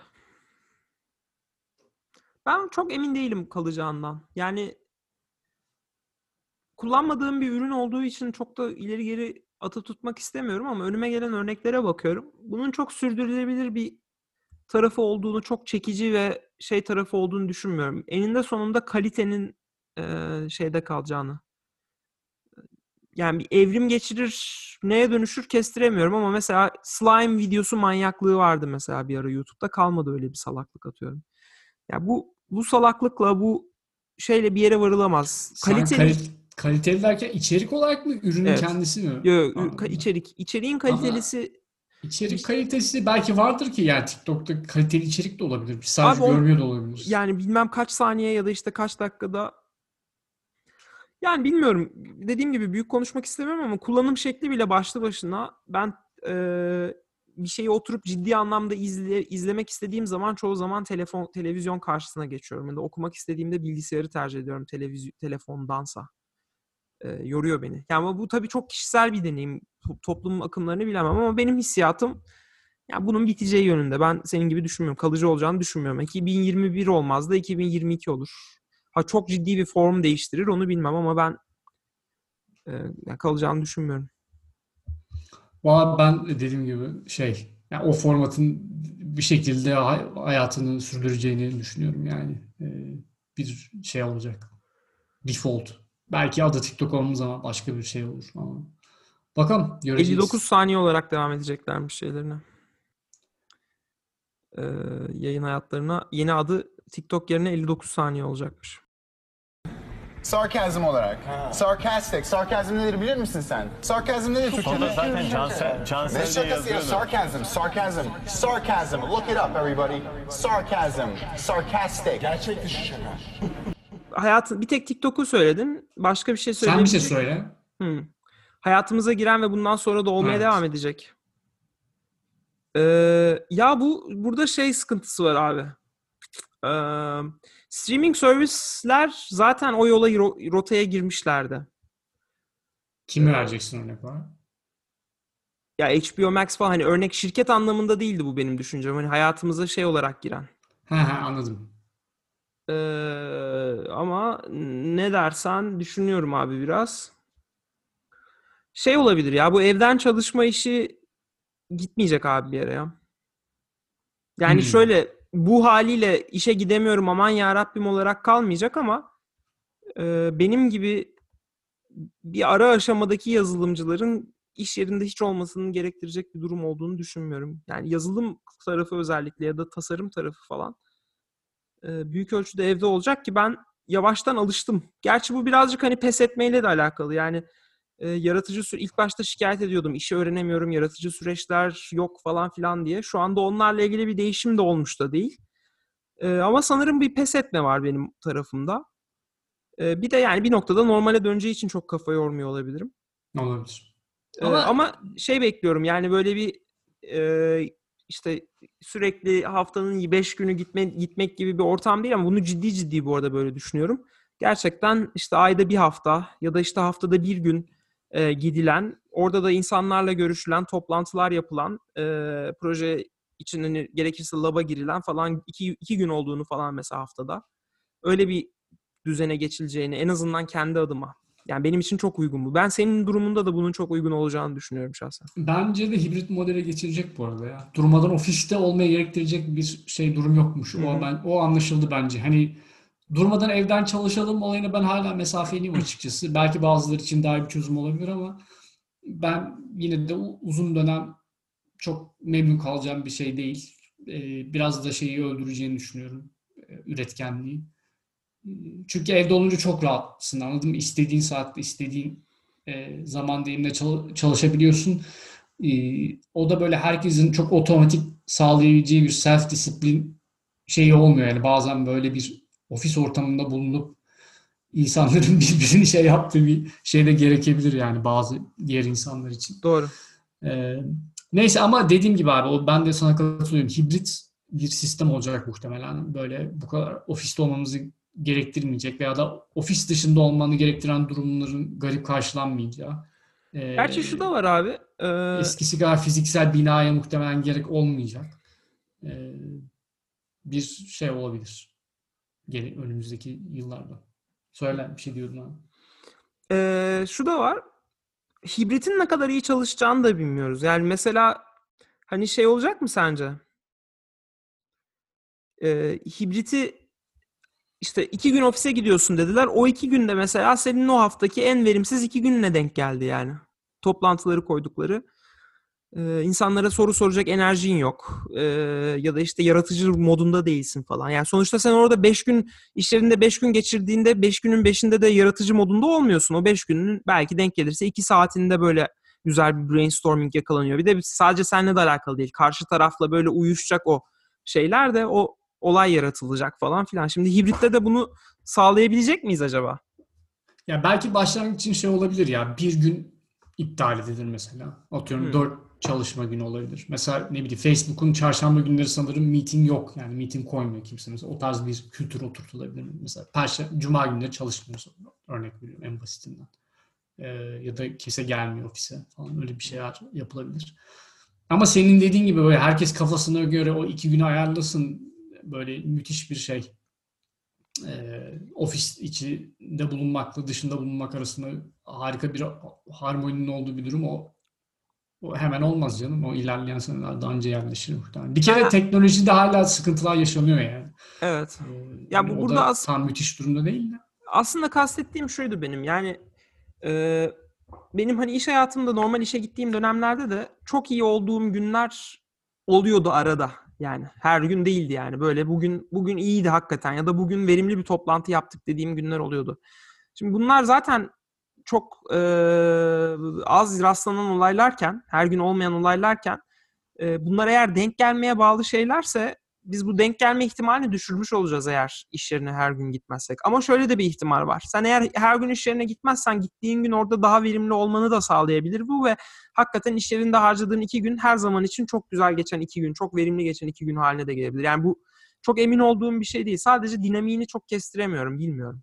ben çok emin değilim kalacağından. Yani kullanmadığım bir ürün olduğu için çok da ileri geri atıp tutmak istemiyorum ama önüme gelen örneklere bakıyorum. Bunun çok sürdürülebilir bir tarafı olduğunu, çok çekici ve şey tarafı olduğunu düşünmüyorum. Eninde sonunda kalitenin e, şeyde kalacağını. Yani bir evrim geçirir, neye dönüşür kestiremiyorum ama mesela slime videosu manyaklığı vardı mesela bir ara YouTube'da. Kalmadı öyle bir salaklık, atıyorum. Ya bu bu salaklıkla, bu şeyle bir yere varılamaz. Sen Kaliteli, kal- kaliteli derken içerik olarak mı, ürünün evet. kendisi mi? Yo, yo, ka- Anladım. içerik. İçeriğin Ama kalitelisi içerik kalitesi belki vardır ki, yani TikTok'ta kaliteli içerik de olabilir. Biz sadece abi on, görmüyor da olabiliriz. yani bilmem kaç saniye ya da işte kaç dakikada, yani bilmiyorum. Dediğim gibi büyük konuşmak istemiyorum ama kullanım şekli bile başlı başına, ben e, bir şeyi oturup ciddi anlamda izle, izlemek istediğim zaman çoğu zaman telefon televizyon karşısına geçiyorum. Ya da okumak istediğimde bilgisayarı tercih ediyorum televizyon telefondansa. E, yoruyor beni. Yani bu tabii çok kişisel bir deneyim. To- Toplum akımlarını bilemem ama benim hissiyatım ya bunun biteceği yönünde. Ben senin gibi düşünmüyorum. Kalıcı olacağını düşünmüyorum. iki bin yirmi bir olmaz da iki bin yirmi iki olur. Ha çok ciddi bir form değiştirir onu bilmem ama ben e, kalacağını düşünmüyorum. Valla ben dediğim gibi şey, yani o formatın bir şekilde hay- hayatını sürdüreceğini düşünüyorum yani. Ee, bir şey olacak. Default. Belki adı TikTok olmadığı zaman başka bir şey olur ama bakalım, elli dokuz göreceğiz. saniye olarak devam edeceklermiş şeylerine. Ee, yayın hayatlarına. Yeni adı TikTok yerine elli dokuz saniye olacakmış. Sarkazm olarak. Sarcastic. Sarkazm nedir bilir misin sen? Sarkazm nedir Türkçe'de? Orada zaten Cansel, Ne Cansel diye şakası ya? yazıyordu. Sarkazm. Sarkazm. Sarkazm. Look it up everybody. Sarkazm. Sarcastic. Gerçek dışı şaka. Hayatın bir tek TikTok'u söyledin. Başka bir şey Sen bir söyleyebilecek. şey söyle. Hmm. Hayatımıza giren ve bundan sonra da olmaya Evet. devam edecek. Ee, ya bu burada şey sıkıntısı var abi. Ee, streaming servisler zaten o yola ro- rotaya girmişlerdi. Kimi vereceksin örnek olarak? Ya H B O Max falan, hani örnek şirket anlamında değildi bu benim düşüncem. Hani hayatımıza şey olarak giren. Ha ha, anladım. Ee, ama ne dersen düşünüyorum abi biraz. Şey olabilir ya, bu evden çalışma işi gitmeyecek abi bir yere ya. Yani Hmm. şöyle bu haliyle işe gidemiyorum aman ya Rabbim olarak kalmayacak ama e, benim gibi bir ara aşamadaki yazılımcıların iş yerinde hiç olmasının gerektirecek bir durum olduğunu düşünmüyorum. Yani yazılım tarafı özellikle ya da tasarım tarafı falan e, büyük ölçüde evde olacak ki ben yavaştan alıştım. Gerçi bu birazcık hani pes etmeyle de alakalı. Yani e, yaratıcı süreç, ilk başta şikayet ediyordum. İşi öğrenemiyorum, yaratıcı süreçler yok falan filan diye. Şu anda onlarla ilgili bir değişim de olmuş da değil. E, ama sanırım bir pes etme var benim tarafımda. E, bir de yani bir noktada normale döneceği için çok kafa yormuyor olabilirim. Olabilir. Ee, Ama ama şey bekliyorum yani böyle bir e, işte sürekli haftanın beş günü gitme, gitmek gibi bir ortam değil ama bunu ciddi ciddi bu arada böyle düşünüyorum. Gerçekten işte ayda bir hafta ya da işte haftada bir gün e, gidilen, orada da insanlarla görüşülen, toplantılar yapılan, e, proje için hani gerekirse lab'a girilen falan iki, iki gün olduğunu falan mesela haftada. Öyle bir düzene geçileceğini en azından kendi adıma. Yani benim için çok uygun bu. Ben senin durumunda da bunun çok uygun olacağını düşünüyorum şahsen. bence de hibrit modele geçilecek bu arada ya. Durmadan ofiste olmayı gerektirecek bir şey durum yokmuş. Hı O hı. ben o anlaşıldı bence. Hani durmadan evden çalışalım olayına ben hala mesafeliyim açıkçası. Belki bazıları için daha iyi bir çözüm olabilir ama ben yine de u- uzun dönem çok memnun kalacağım bir şey değil. Ee, Biraz da şeyi öldüreceğini düşünüyorum. e, Üretkenliği. Çünkü evde olunca çok rahatsın, anladın mı? İstediğin saatte, istediğin e, zaman diliminde çal- çalışabiliyorsun. E, O da böyle herkesin çok otomatik sağlayabileceği bir self disiplin şeyi olmuyor. Yani bazen böyle bir ofis ortamında bulunup insanların birbirini şey yaptığı bir şey de gerekebilir yani bazı diğer insanlar için. Doğru. Ee, Neyse ama dediğim gibi abi o ben de sana katılıyorum. Hibrit bir sistem olacak muhtemelen. Böyle bu kadar ofiste olmamızı gerektirmeyecek veya da ofis dışında olmanı gerektiren durumların garip karşılanmayacağı. Gerçi Ee, şu da var abi. Ee, Eskisi kadar fiziksel binaya muhtemelen gerek olmayacak. Ee, Bir şey olabilir. Geri, önümüzdeki yıllarda. Söyle bir şey diyordun abi. ee, şu da var. Hibritin ne kadar iyi çalışacağını da bilmiyoruz. Yani mesela hani şey olacak mı sence? Ee, hibriti işte iki gün ofise gidiyorsun dediler. O iki günde mesela senin o haftaki en verimsiz iki gününe denk geldi yani. Toplantıları koydukları. Ee, insanlara soru soracak enerjin yok. Ee, ya da işte yaratıcı modunda değilsin falan. Yani sonuçta sen orada beş gün iş yerinde beş gün geçirdiğinde beş günün beşinde de yaratıcı modunda olmuyorsun. O beş günün belki denk gelirse iki saatinde böyle güzel bir brainstorming yakalanıyor. Bir de sadece seninle de alakalı değil. Karşı tarafla böyle uyuşacak o şeyler de o olay yaratılacak falan filan. Şimdi hibritte de bunu sağlayabilecek miyiz acaba? Ya belki başlangıç için şey olabilir ya. Bir gün iptal edilir mesela. Atıyorum Hmm. dört çalışma günü olabilir. Mesela ne bileyim Facebook'un çarşamba günleri sanırım meeting yok. Yani meeting koymuyor kimse. Mesela o tarz bir kültür oturtulabilir. Mesela Perşembe, Cuma günleri çalışmıyorsun. Örnek veriyorum en basitinden. Ee, Ya da kese gelmiyor ofise falan. Öyle bir şeyler yapılabilir. Ama senin dediğin gibi böyle herkes kafasına göre o iki günü ayarlasın. Böyle müthiş bir şey e, ofis içinde bulunmakla dışında bulunmak arasında harika bir harmoninin olduğu bir durum o, o hemen olmaz canım. O ilerleyen senelerde anca yerleşir muhtemelen. Bir kere Ha, teknolojide hala sıkıntılar yaşanıyor yani. evet. E, Ya Hani bu o burada da as- tam müthiş durumda değil de. aslında kastettiğim şuydu benim. Yani e, benim hani iş hayatımda normal işe gittiğim dönemlerde de çok iyi olduğum günler oluyordu arada. Yani her gün değildi yani. Böyle bugün bugün iyiydi hakikaten ya da bugün verimli bir toplantı yaptık dediğim günler oluyordu. Şimdi bunlar zaten çok e, az rastlanan olaylarken, her gün olmayan olaylarken e, bunlar eğer denk gelmeye bağlı şeylerse biz bu denk gelme ihtimalini düşürmüş olacağız eğer iş yerine her gün gitmezsek. Ama şöyle de bir ihtimal var. Sen eğer her gün iş yerine gitmezsen gittiğin gün orada daha verimli olmanı da sağlayabilir bu ve hakikaten iş yerinde harcadığın iki gün her zaman için çok güzel geçen iki gün, çok verimli geçen iki gün haline de gelebilir. Yani bu çok emin olduğum bir şey değil. Sadece dinamiğini çok kestiremiyorum, bilmiyorum.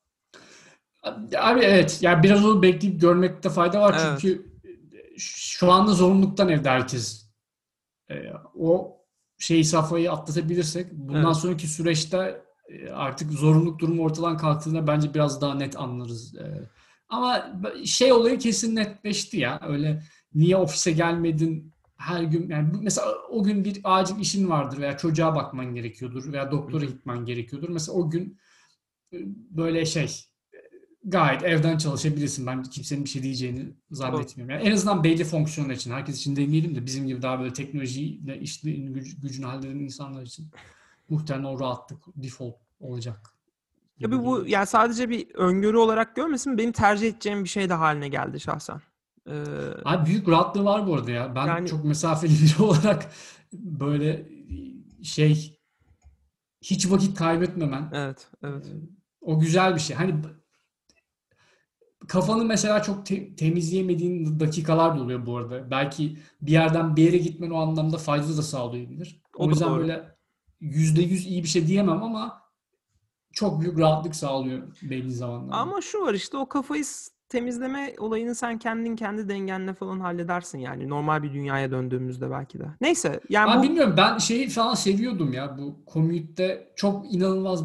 Abi evet yani biraz onu bekleyip görmekte fayda var Evet. çünkü şu anda zorunluluktan evde herkes. E, o şeyi safhayı atlatabilirsek bundan Evet. sonraki süreçte e, artık zorunluluk durumu ortadan kalktığında bence biraz daha net anlarız. E, ama şey olayı kesin netleşti ya. Öyle niye ofise gelmedin her gün yani mesela o gün bir acil işin vardır veya çocuğa bakman gerekiyordur veya Hı doktora hı. gitmen gerekiyordur. Mesela o gün e, böyle şey gayet evden çalışabilirsin. Ben kimsenin bir şey diyeceğini Doğru. zannetmiyorum. Yani en azından belli fonksiyonlar için. Herkes için demeyelim de bizim gibi daha böyle teknolojiyle işlerin güc- gücünü halleden insanlar için muhtemelen o rahatlık default olacak gibi Tabii bu geliyor. yani sadece bir öngörü olarak görmesin benim tercih edeceğim bir şey de haline geldi şahsen. Ee, Abi büyük rahatlığı var bu arada ya. Ben yani çok mesafeli biri olarak böyle şey hiç vakit kaybetmemen evet, e, evet. o güzel bir şey. Hani kafanı mesela çok te- temizleyemediğin dakikalar da oluyor bu arada. Belki bir yerden bir yere gitmen o anlamda fayda da sağlayabilir. O, O da yüzden doğru. böyle yüzde yüz iyi bir şey diyemem ama çok büyük rahatlık sağlıyor belli zamanlarda. Ama şu var işte, o kafayı s- temizleme olayını sen kendin kendi dengenle falan halledersin yani. Normal bir dünyaya döndüğümüzde belki de. Neyse yani Ama bu bilmiyorum, ben şeyi falan seviyordum ya, bu commute'de çok inanılmaz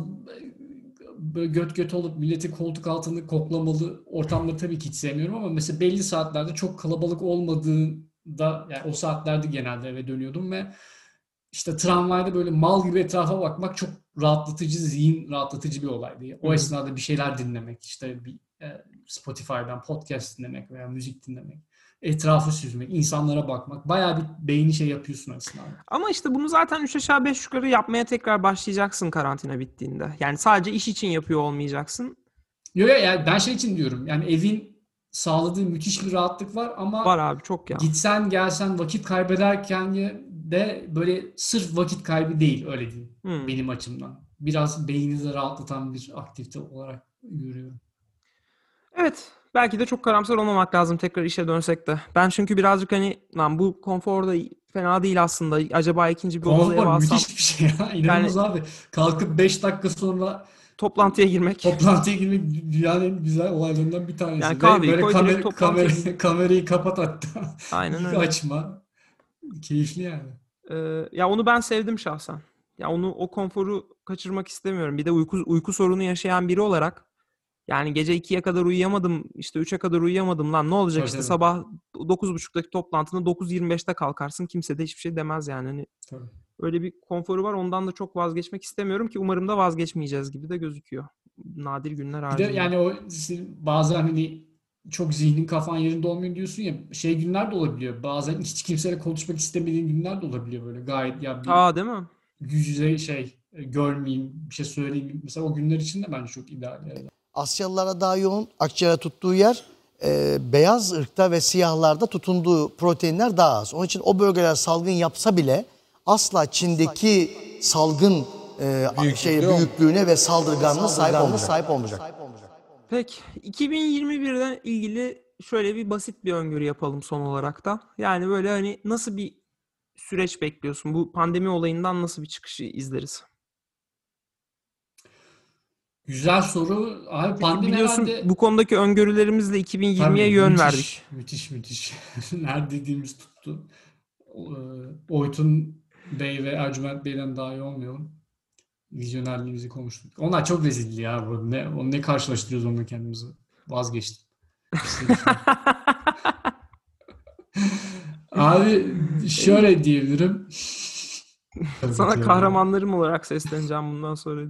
böyle göt göt olup milleti koltuk altını koklamalı ortamları tabii ki hiç sevmiyorum ama mesela belli saatlerde çok kalabalık olmadığında, yani o saatlerde genelde eve dönüyordum ve işte tramvayda böyle mal gibi etrafa bakmak çok rahatlatıcı, zihin rahatlatıcı bir olaydı. Hı O hı. esnada bir şeyler dinlemek, işte bir e, Spotify'dan podcast dinlemek veya müzik dinlemek, etrafı süzmek, insanlara bakmak, bayağı bir beyni şey yapıyorsun aslında. Ama işte bunu zaten üç aşağı beş yukarı yapmaya tekrar başlayacaksın karantina bittiğinde. Yani sadece iş için yapıyor olmayacaksın. Yok ya, yani ben şey için diyorum. Yani evin sağladığı müthiş bir rahatlık var Var ama abi, çok ya. gitsen gelsen vakit kaybederken de böyle sırf vakit kaybı değil, öyle diyeyim Hmm. benim açımdan. Biraz beyninizi rahatlatan bir aktivite olarak görüyorum. Evet. Belki de çok karamsar olmamak lazım tekrar işe dönsek de. Ben çünkü birazcık hani lan bu konfor da fena değil aslında. Acaba ikinci bir odalı ev Konfor alsam, müthiş bir şey ya. İnanılmaz yani abi. Kalkıp beş dakika sonra toplantıya girmek. toplantıya girmek dünyanın en güzel olaylarından bir tanesi. Yani Ve kahveyi böyle koy, direkt kamer toplantıya kamer gir. kamerayı kapat hatta. Aynen İlk öyle. açma. Keyifli yani. Ee, ya onu ben sevdim şahsen. Ya onu, o konforu kaçırmak istemiyorum. Bir de uyku uyku sorunu yaşayan biri olarak, yani gece ikiye kadar uyuyamadım, işte üçe kadar uyuyamadım, lan ne olacak, Tabii işte tabii. sabah dokuz buçuktaki toplantında dokuz yirmi beşte kalkarsın. Kimse de hiçbir şey demez yani. Hani Tabii. öyle bir konforu var. Ondan da çok vazgeçmek istemiyorum ki umarım da vazgeçmeyeceğiz gibi de gözüküyor. Nadir günler Bir de haricinde. yani o bazen hani çok zihnin kafan yerinde olmuyor diyorsun ya, şey günler de olabiliyor. Bazen hiç kimseyle konuşmak istemediğin günler de olabiliyor böyle. Gayet ya bir Aa, değil mi? yüz yüze şey e, görmeyeyim, bir şey söyleyeyim. Mesela o günler için de bence çok ideal. Yani. Asyalılara daha yoğun akciğere tuttuğu yer, e, beyaz ırkta ve siyahlarda tutunduğu proteinler daha az. Onun için o bölgeler salgın yapsa bile asla Çin'deki salgın e, şey büyüklüğüne ve saldırganlığına sahip olmayacak. Sahip olmayacak. Peki, iki bin yirmi birden ilgili şöyle bir basit bir öngörü yapalım son olarak da. Yani böyle hani nasıl bir süreç bekliyorsun? Bu pandemi olayından nasıl bir çıkışı izleriz? Güzel soru. Abi Çünkü pandemi biliyorsun herhalde bu konudaki öngörülerimizle iki bin yirmiye tabii yön müthiş, verdik. müthiş, müthiş. Nerede dediğimiz tuttu. Ee, Oytun Bey ve Ercüment Bey'den daha iyi olmayalım. Vizyonerliğimizi konuştuk. Onlar çok rezildi ya. Bu. Ne, onu ne karşılaştırıyoruz onunla kendimizi. Vazgeçtim. Bir şey düşünüyorum. Abi şöyle diyebilirim. Tabii Sana ki. kahramanlarım olarak sesleneceğim bundan sonra.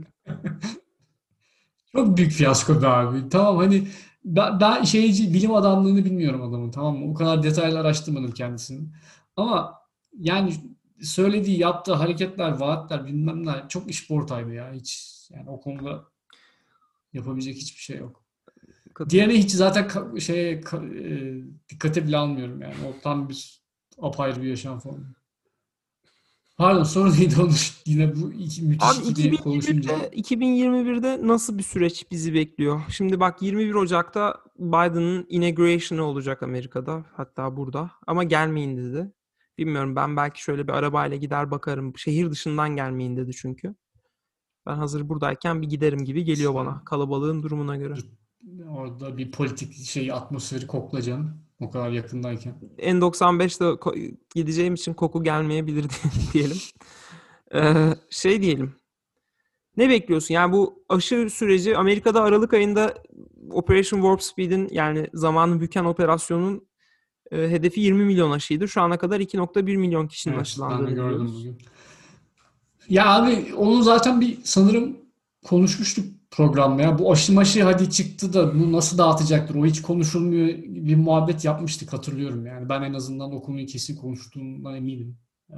Çok büyük fiyasko be abi. Tamam hani ben, ben şeyci, bilim adamlığını bilmiyorum adamın, tamam mı? O kadar detaylı araştırmadım kendisini. Ama yani söylediği, yaptığı hareketler, vaatler, bilmem ne çok işportaydı ya. Hiç yani o konuda yapabilecek hiçbir şey yok. Diğerine hiç zaten ka- şeye ka- e, dikkate bile almıyorum yani. O tam bir apayrı bir yaşam formu. Pardon, soru neydi onu yine bu iki müthiş Abi ikili konuşunca. iki bin yirmi birde, iki bin yirmi birde nasıl bir süreç bizi bekliyor? Şimdi bak, yirmi bir Ocak'ta Biden'ın inauguration'ı olacak Amerika'da, hatta burada, ama gelmeyin dedi. Bilmiyorum, ben belki şöyle bir arabayla gider bakarım. Şehir dışından gelmeyin dedi çünkü. Ben hazır buradayken bir giderim gibi geliyor bana, kalabalığın durumuna göre. Orada bir politik şey atmosferi koklayacaksın. O kadar yakındayken. N doksan beşte ko- gideceğim için koku gelmeyebilir diyelim. Ee, şey diyelim. Ne bekliyorsun? Yani bu aşı süreci Amerika'da Aralık ayında Operation Warp Speed'in, yani zamanı büken operasyonun e, hedefi yirmi milyon aşıydı. Şu ana kadar iki nokta bir milyon kişinin Evet, ben de aşılandığını gördüm biliyoruz. bugün. Ya abi onu zaten bir sanırım konuşmuştuk programda ya. Bu aşı maşı hadi çıktı da bunu nasıl dağıtacaktır? O hiç konuşulmuyor, bir muhabbet yapmıştık, hatırlıyorum yani. Ben en azından o konuyu kesin konuştuğumdan eminim. Ee,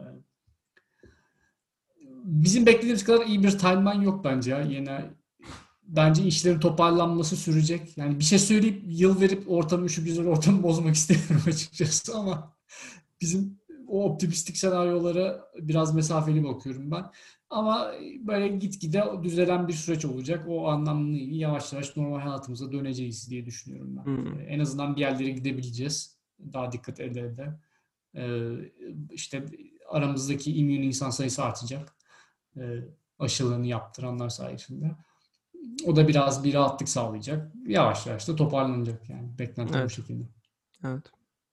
Bizim beklediğimiz kadar iyi bir timeline yok bence ya. Yine bence işlerin toparlanması sürecek. Yani bir şey söyleyip yıl verip ortamı, şu güzel ortamı bozmak istemiyorum açıkçası ama bizim o optimistik senaryolara biraz mesafeli bakıyorum ben. Ama böyle gitgide düzelen bir süreç olacak. O anlamlı yavaş yavaş normal hayatımıza döneceğiz diye düşünüyorum ben. Hmm. En azından bir yerlere gidebileceğiz. Daha dikkat ede ede. Ee, işte aramızdaki immün insan sayısı artacak. Ee, aşılarını yaptıranlar sayesinde. O da biraz bir rahatlık sağlayacak. Yavaş yavaş da toparlanacak yani. Beklenti Evet. bu şekilde. Evet.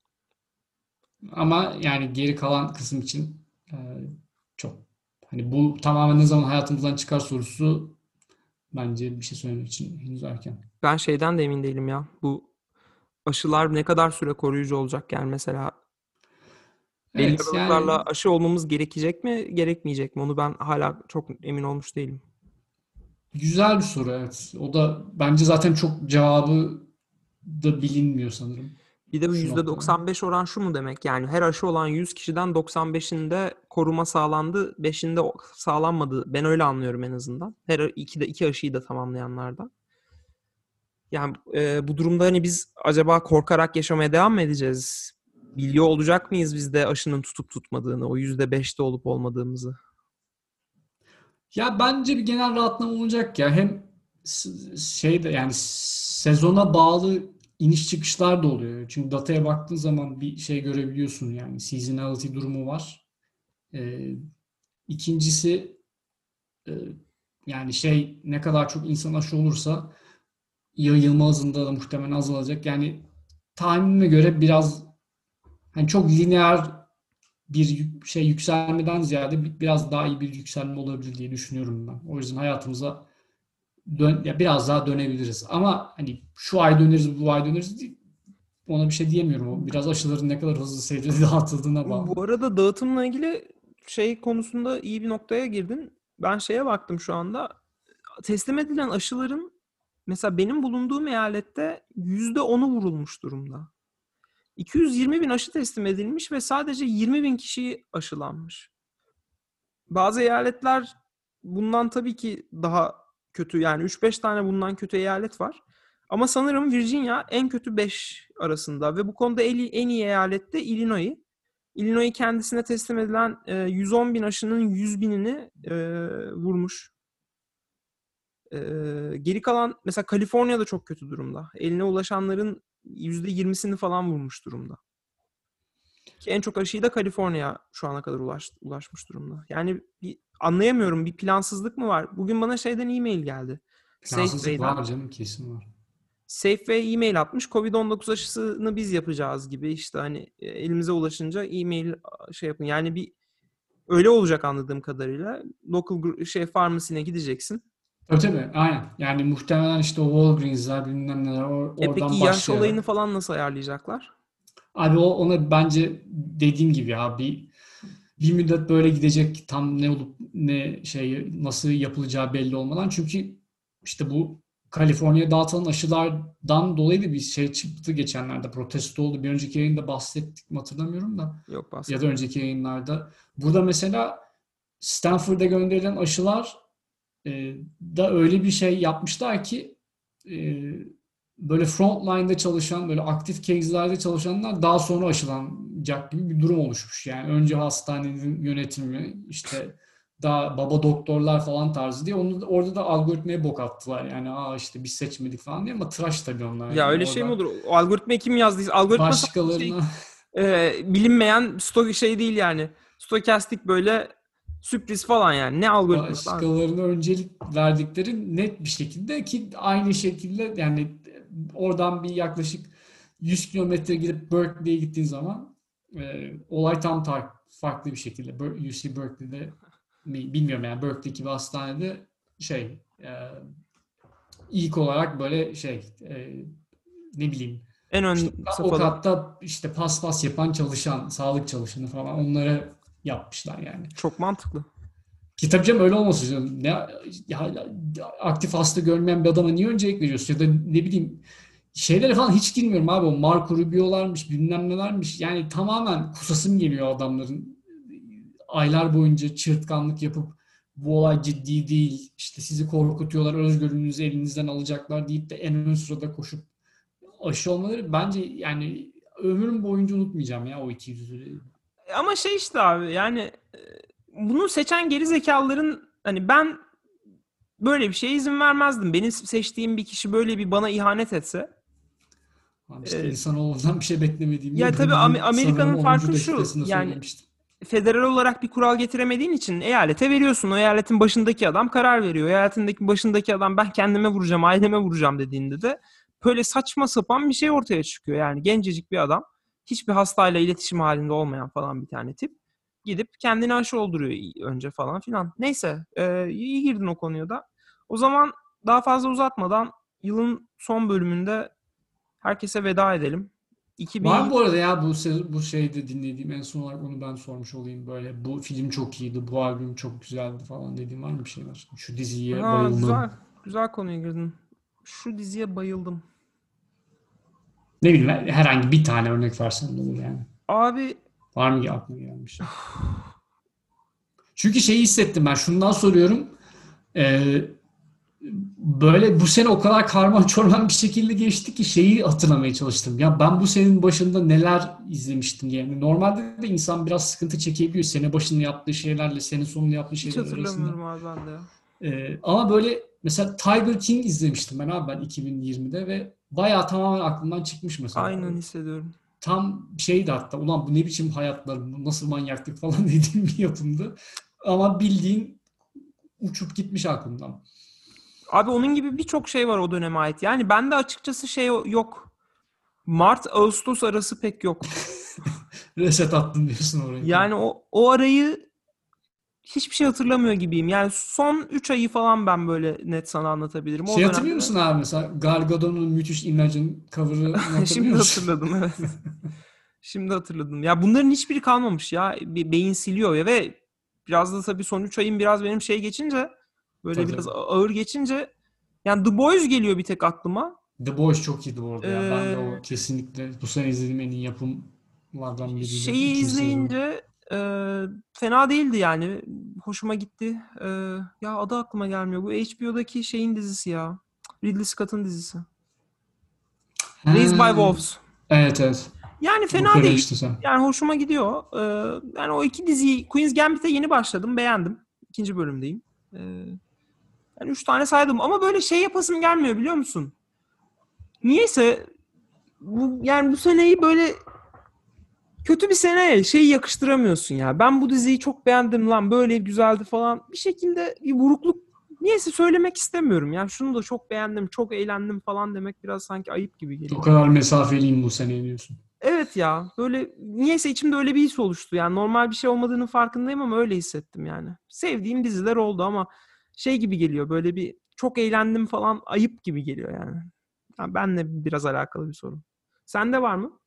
Ama yani geri kalan kısım için e, çok hani bu tamamen ne zaman hayatımızdan çıkar sorusu bence bir şey söylemek için henüz erken. Ben şeyden de emin değilim ya. Bu aşılar ne kadar süre koruyucu olacak? Yani mesela belli Evet yani aralıklarla aşı olmamız gerekecek mi, gerekmeyecek mi? Onu ben hala çok emin olmuş değilim. güzel bir soru evet. O da bence zaten çok cevabı da bilinmiyor sanırım Bir de bu şu yüzde noktada. doksan beş oran şu mu demek? Yani her aşı olan yüz kişiden doksan beşinde koruma sağlandı, beşinde o- sağlanmadı. Ben öyle anlıyorum en azından. Her iki de iki aşıyı da tamamlayanlarda. Yani e, bu durumda hani biz acaba korkarak yaşamaya devam mı edeceğiz? Biliyor olacak mıyız biz de aşının tutup tutmadığını, o yüzde beşte olup olmadığımızı? Ya bence bir genel rahatlama olacak ya. Hem s- şeyde yani sezona bağlı iniş çıkışlar da oluyor. Çünkü dataya baktığın zaman bir şey görebiliyorsun yani seasonality durumu var. Ee, ikincisi e, yani şey ne kadar çok insan aşı olursa yayılma hızında da muhtemelen azalacak. Yani tahminime göre biraz hani çok lineer bir yük- şey yükselmeden ziyade bir- biraz daha iyi bir yükselme olabilir diye düşünüyorum ben. O yüzden hayatımıza dön, ya biraz daha dönebiliriz. Ama hani şu ay döneriz, bu ay döneriz değil, ona bir şey diyemiyorum. O biraz aşıların ne kadar hızlı seviyede dağıtıldığına bağlı. Bu arada dağıtımla ilgili şey konusunda iyi bir noktaya girdin. Ben şeye baktım şu anda. Teslim edilen aşıların mesela benim bulunduğum eyalette yüzde onu vurulmuş durumda. iki yüz yirmi bin aşı teslim edilmiş ve sadece yirmi bin kişi aşılanmış. Bazı eyaletler bundan tabii ki daha kötü, yani üç beş tane bundan kötü eyalet var. Ama sanırım Virginia en kötü beş arasında ve bu konuda en iyi, en iyi eyalet de Illinois. Illinois kendisine teslim edilen e, yüz on bin aşının yüz binini e, vurmuş. E, geri kalan mesela Kaliforniya'da çok kötü durumda. Eline ulaşanların yüzde yirmisini falan vurmuş durumda. Ki en çok aşıyı da Kaliforniya şu ana kadar ulaş, ulaşmış durumda. Yani bir anlayamıyorum, bir plansızlık mı var? Bugün bana şeyden e-mail geldi. Plansızlık Safeway'den. var canım kesin var. Safeway e-mail atmış. covid on dokuz aşısını biz yapacağız gibi, işte hani e, elimize ulaşınca e-mail a, şey yapın. Yani bir öyle olacak anladığım kadarıyla. Local gr- şey pharmacy'ne gideceksin. Tabii tabii aynen. Yani muhtemelen işte o Walgreens'ler bilmem neler or- E peki oradan yaş başlayarak. olayını falan nasıl ayarlayacaklar? Abi o ona bence dediğim gibi ya bir bir müddet böyle gidecek tam ne olup ne şey nasıl yapılacağı belli olmadan. Çünkü işte bu Kaliforniya dağıtılan aşılardan dolayı da bir şey çıktı geçenlerde protesto oldu. Bir önceki yayında bahsettik mi hatırlamıyorum da Yok, ya da bahsetmiyorum. önceki yayınlarda. Burada mesela Stanford'a gönderilen aşılar e, da öyle bir şey yapmışlar ki e, böyle frontline'da çalışan, böyle aktif case'lerde çalışanlar daha sonra aşılanacak gibi bir durum oluşmuş. Yani önce hastanenin yönetimi, işte daha baba doktorlar falan tarzı diye onu orada da algoritmaya bok attılar. Yani aa işte biz seçmedik falan diye ama tıraş tabii onlar Ya yani öyle şey mi orada olur? O algoritmayı kim yazdıysa, algoritma sadece şey, başkalarına e, bilinmeyen stok şey değil yani. Stokastik böyle sürpriz falan yani. Ne algoritması abi? başkalarına öncelik verdikleri net bir şekilde ki aynı şekilde yani oradan bir yaklaşık yüz kilometre gidip Berkeley'ye gittiğin zaman e, olay tam tar- farklı bir şekilde. Ber- U C Berkeley'de mi- bilmiyorum yani Berkeley'deki bir hastanede şey e, ilk olarak böyle şey e, ne bileyim En işte ön o safhada. katta işte paspas yapan çalışan, sağlık çalışanı falan onları yapmışlar yani. Çok mantıklı. Ki tabii canım öyle olması lazım. Ne, ya, aktif hasta görmeyen bir adama niye öncelik veriyorsun? Ya da ne bileyim şeylere falan hiç girmiyorum abi. O Marco Rubio'larmış bilmem nelermiş. Yani tamamen kusasım geliyor adamların. Aylar boyunca çırtkanlık yapıp bu olay ciddi değil. İşte sizi korkutuyorlar. Özgürlüğünüzü elinizden alacaklar deyip de en ön sırada koşup aşı olmaları bence yani ömrüm boyunca unutmayacağım ya o iki yüzü. ama şey işte abi yani e, bunu seçen gerizekalıların hani ben böyle bir şeye izin vermezdim. Benim seçtiğim bir kişi böyle bir bana ihanet etse. Abi işte e, insanoğlundan bir şey beklemediğimi Ya tabii Am- bölümün Amerika'nın sanırım onuncu farkı şu. dakikasında Yani söylemiştim. federal olarak bir kural getiremediğin için eyalete veriyorsun. O eyaletin başındaki adam karar veriyor. Eyaletindeki başındaki adam ben kendime vuracağım, aileme vuracağım dediğinde de böyle saçma sapan bir şey ortaya çıkıyor. Yani gencecik bir adam, hiçbir hastayla iletişim halinde olmayan falan bir tane tip gidip kendini aşı olduruyor önce falan filan. Neyse, e, iyi girdin o konuya da. O zaman daha fazla uzatmadan yılın son bölümünde herkese veda edelim. Var mı iki bin bu arada ya bu se- bu şeyde dinlediğim en son olarak onu ben sormuş olayım böyle bu film çok iyiydi, bu albüm çok güzeldi falan dediğim var mı bir şeyler? Şu diziye Ha, güzel. bayıldım. Güzel konuya girdin. Şu diziye bayıldım. Ne bileyim herhangi bir tane örnek versen de olur yani. Abi Var mı ya aklına gelen bir şey? Çünkü şeyi hissettim ben şundan soruyorum. Ee, Böyle bu sene o kadar karman çorman bir şekilde geçti ki şeyi hatırlamaya çalıştım. Ya ben bu senenin başında neler izlemiştim yani. Normalde de insan biraz sıkıntı çekebiliyor sene başında yaptığı şeylerle sene sonunda yaptığı hiç şeyler arasında. hatırlamıyorum abi ben de ya. Ee, ama böyle mesela Tiger King izlemiştim ben abi ben iki bin yirmide ve bayağı tamamen aklımdan çıkmış mesela. Aynen hissediyorum. Tam şeydi hatta ulan bu ne biçim hayatlar, bu nasıl manyaklık falan dediğim bir yapımdı. Ama bildiğin uçup gitmiş aklımdan. Abi onun gibi birçok şey var o döneme ait. Yani bende açıkçası şey yok. Mart-Ağustos arası pek yok. Reset attın diyorsun orayı. Yani o o arayı hiçbir şey hatırlamıyor gibiyim. Yani son üç ayı falan ben böyle net sana anlatabilirim. O Şey hatırlıyor dönemde musun abi mesela Gal Gadot'un müthiş Imagine cover'ını hatırlıyor şimdi musun? hatırladım evet. Şimdi hatırladım. Ya bunların hiçbiri kalmamış ya. Bir beyin siliyor ya ve biraz da tabii son üç ayın biraz benim şey geçince böyle Tabii biraz tabii. ağır geçince yani The Boys geliyor bir tek aklıma. The Boys çok iyiydi bu arada ya. Ben de o Ee, kesinlikle bu sene izlediğim en iyi yapımlardan biriydi. Şeyi İkinci sezon. izleyince e, fena değildi yani. Hoşuma gitti. E, ya adı aklıma gelmiyor. Bu H B O'daki şeyin dizisi ya. Ridley Scott'ın dizisi. Raised by Ha, Wolves. evet evet. Yani Onu fena değil. söylemiştin sen. Yani hoşuma gidiyor. Ee, yani o iki diziyi Queen's Gambit'e yeni başladım. Beğendim. İkinci bölümdeyim. Ee, yani üç tane saydım ama böyle şey yapasım gelmiyor biliyor musun? Niyeyse bu yani bu seneyi böyle kötü bir seneye şeyi yakıştıramıyorsun ya. Ben bu diziyi çok beğendim lan böyle güzeldi falan. Bir şekilde bir burukluk niyeyse söylemek istemiyorum. Yani şunu da çok beğendim, çok eğlendim falan demek biraz sanki ayıp gibi O geliyor. kadar mesafeliyim bu sene diyorsun. Evet ya böyle niyeyse içimde öyle bir his oluştu. Yani normal bir şey olmadığının farkındayım ama öyle hissettim yani. Sevdiğim diziler oldu ama şey gibi geliyor böyle bir çok eğlendim falan ayıp gibi geliyor yani. Yani benle biraz alakalı bir sorun. Sende var mı?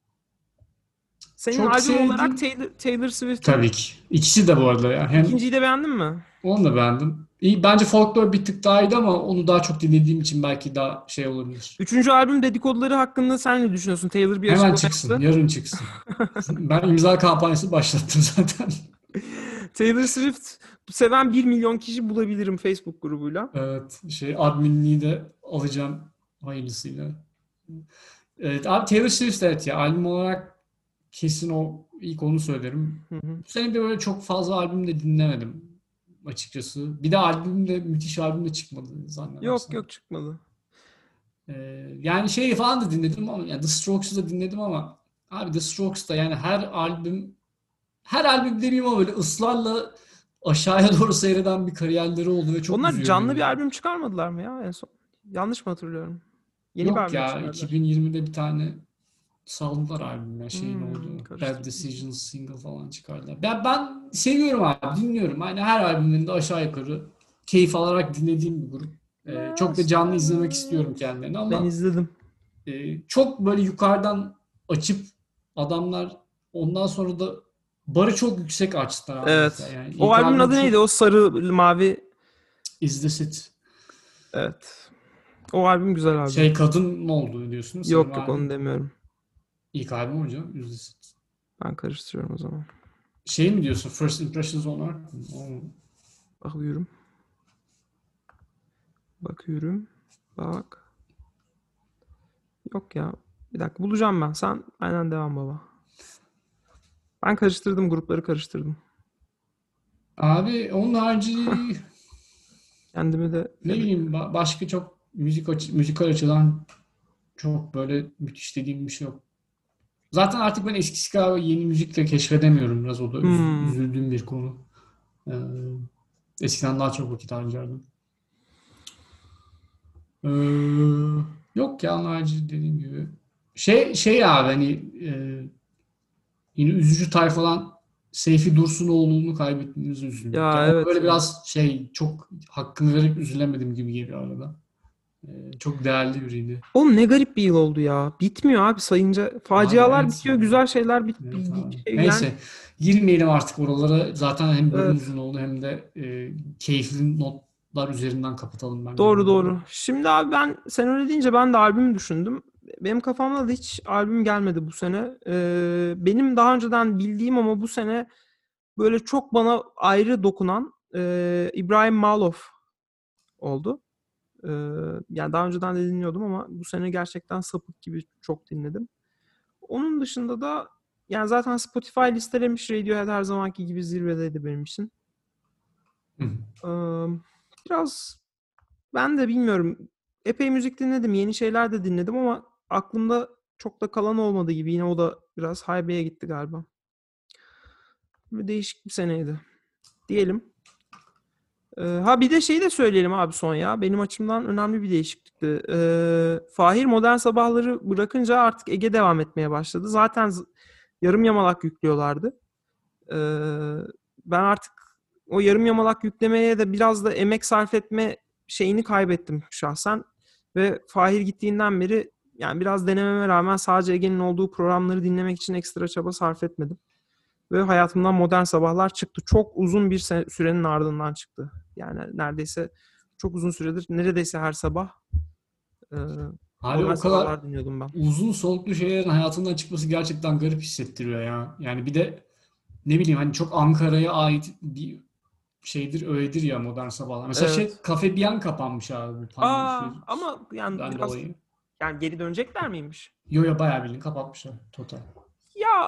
Senin Çok albüm olarak sevdiğim Taylor, Taylor Swift'in tabii ki. İkisi de bu arada ya. Hem ikinciyi de beğendin mi? onu da beğendim. İyi, bence Folklore bir tık daha iyiydi ama onu daha çok dinlediğim için belki daha şey olabilir. Üçüncü albüm dedikoduları hakkında sen ne düşünüyorsun? Taylor bir Hemen açıklama çıksın. yaptı. Yarın çıksın. Ben imza kampanyası başlattım zaten. Taylor Swift seven bir milyon kişi bulabilirim Facebook grubuyla. Evet. Şey adminliği de alacağım hayırlısıyla. Evet, abi Taylor Swift evet ya albüm olarak kesin o ilk onu söylerim. Hı hı. Bu sene de böyle çok fazla albüm de dinlemedim açıkçası. Bir de albüm de müthiş albüm de çıkmadı Yok zannedersem. yok çıkmadı. Ee, yani şey falan da dinledim ama yani The Strokes'u da dinledim ama abi The Strokes da yani her albüm her albüm demeyeyim ama böyle ısrarla aşağıya doğru seyreden bir kariyerleri oldu ve çok Onlar üzüyor canlı beni bir ya. albüm çıkarmadılar mı ya en son? Yanlış mı hatırlıyorum? Yeni bir Yok albüm ya çıkardılar. iki bin yirmide bir tane saldılar albümler şeyin Hmm, olduğu. Bad karıştırdım. Decisions single falan çıkardılar. Ben, ben seviyorum abi dinliyorum. Hani her albümünde aşağı yukarı keyif alarak dinlediğim bir grup. Ee, çok da canlı izlemek istiyorum kendilerini Ben ama izledim. e, çok böyle yukarıdan açıp adamlar ondan sonra da barı çok yüksek açtılar abi mesela. Evet. Yani O ilk albümün albüm adı neydi? çok O sarı mavi. Is This It. Evet. O albüm güzel albüm. Şey kadın ne oldu diyorsunuz? Sarı Yok yok mavi. onu demiyorum. İlk albüm o hocam. Is This It. Ben karıştırıyorum o zaman. Şey mi diyorsun? First Impressions on Earth mi? O mu? Bakıyorum. Bakıyorum. Bak. Yok ya. Bir dakika bulacağım ben. Sen aynen devam baba. Ben karıştırdım, grupları karıştırdım. Abi onun harici Kendimi de ne bileyim ba- başka çok müzik açı- müzikal açıdan çok böyle müthiş dediğim bir şey yok. Zaten artık ben eskisi kadar yeni müzikle keşfedemiyorum. Biraz o da üz- Hmm. üzüldüğüm bir konu. Ee, eskiden daha çok vakit harcardım. Ee, yok ya onun harici dediğim gibi. Şey şey abi hani e, yine üzücü tayfadan Seyfi Dursunoğlu'nu kaybettiğimiz üzüldüm. Ya Yani o evet böyle ya. biraz şey çok hakkını verip üzülemedim gibi geliyor arada. Ee, çok değerli biriydi. Oğlum ne garip bir yıl oldu ya. Bitmiyor abi sayınca. Facialar evet bitiyor, ya. güzel şeyler bit Evet bir- abi. şey Neyse. yani. Girmeyelim artık oralara. Zaten hem bölüm Evet. uzun oldu hem de e, keyifli notlar üzerinden kapatalım bence. Doğru buraları. doğru. Şimdi abi ben sen öyle deyince ben de albümü düşündüm. Benim kafamda da hiç albüm gelmedi bu sene. Ee, benim daha önceden bildiğim ama bu sene böyle çok bana ayrı dokunan e, İbrahim Malov oldu. Ee, yani daha önceden de dinliyordum ama bu sene gerçekten sapık gibi çok dinledim. Onun dışında da yani zaten Spotify listelemiş, Radiohead her zamanki gibi zirvedeydi benim için. Hı. Ee, biraz ben de bilmiyorum. Epey müzik dinledim. Yeni şeyler de dinledim ama aklımda çok da kalan olmadı gibi. Yine o da biraz haybeye gitti galiba. Bir değişik bir seneydi. Diyelim. Ee, ha bir de şeyi de söyleyelim abi son ya. Benim açımdan önemli bir değişiklikti. Ee, Fahir Modern Sabahları bırakınca artık Ege devam etmeye başladı. Zaten z- yarım yamalak yüklüyorlardı. Ee, ben artık o yarım yamalak yüklemeye de biraz da emek sarf etme şeyini kaybettim şahsen. Ve Fahir gittiğinden beri yani biraz denememe rağmen sadece Ege'nin olduğu programları dinlemek için ekstra çaba sarf etmedim. Ve hayatımdan Modern Sabahlar çıktı. Çok uzun bir se- sürenin ardından çıktı. Yani neredeyse çok uzun süredir neredeyse her sabah e, Abi Modern o Sabahlar kadar dinliyordum ben. uzun soluklu şeylerin hayatından çıkması gerçekten garip hissettiriyor ya. Yani bir de ne bileyim hani çok Ankara'ya ait bir şeydir, öyledir ya Modern Sabahlar. Mesela şey Evet. Cafe Bien kapanmış abi bu pandemi Aa, ama yani sürecinden biraz dolayı. yani geri dönecekler miymiş? Yo yo bayağı bildiğin kapatmışlar total. Ya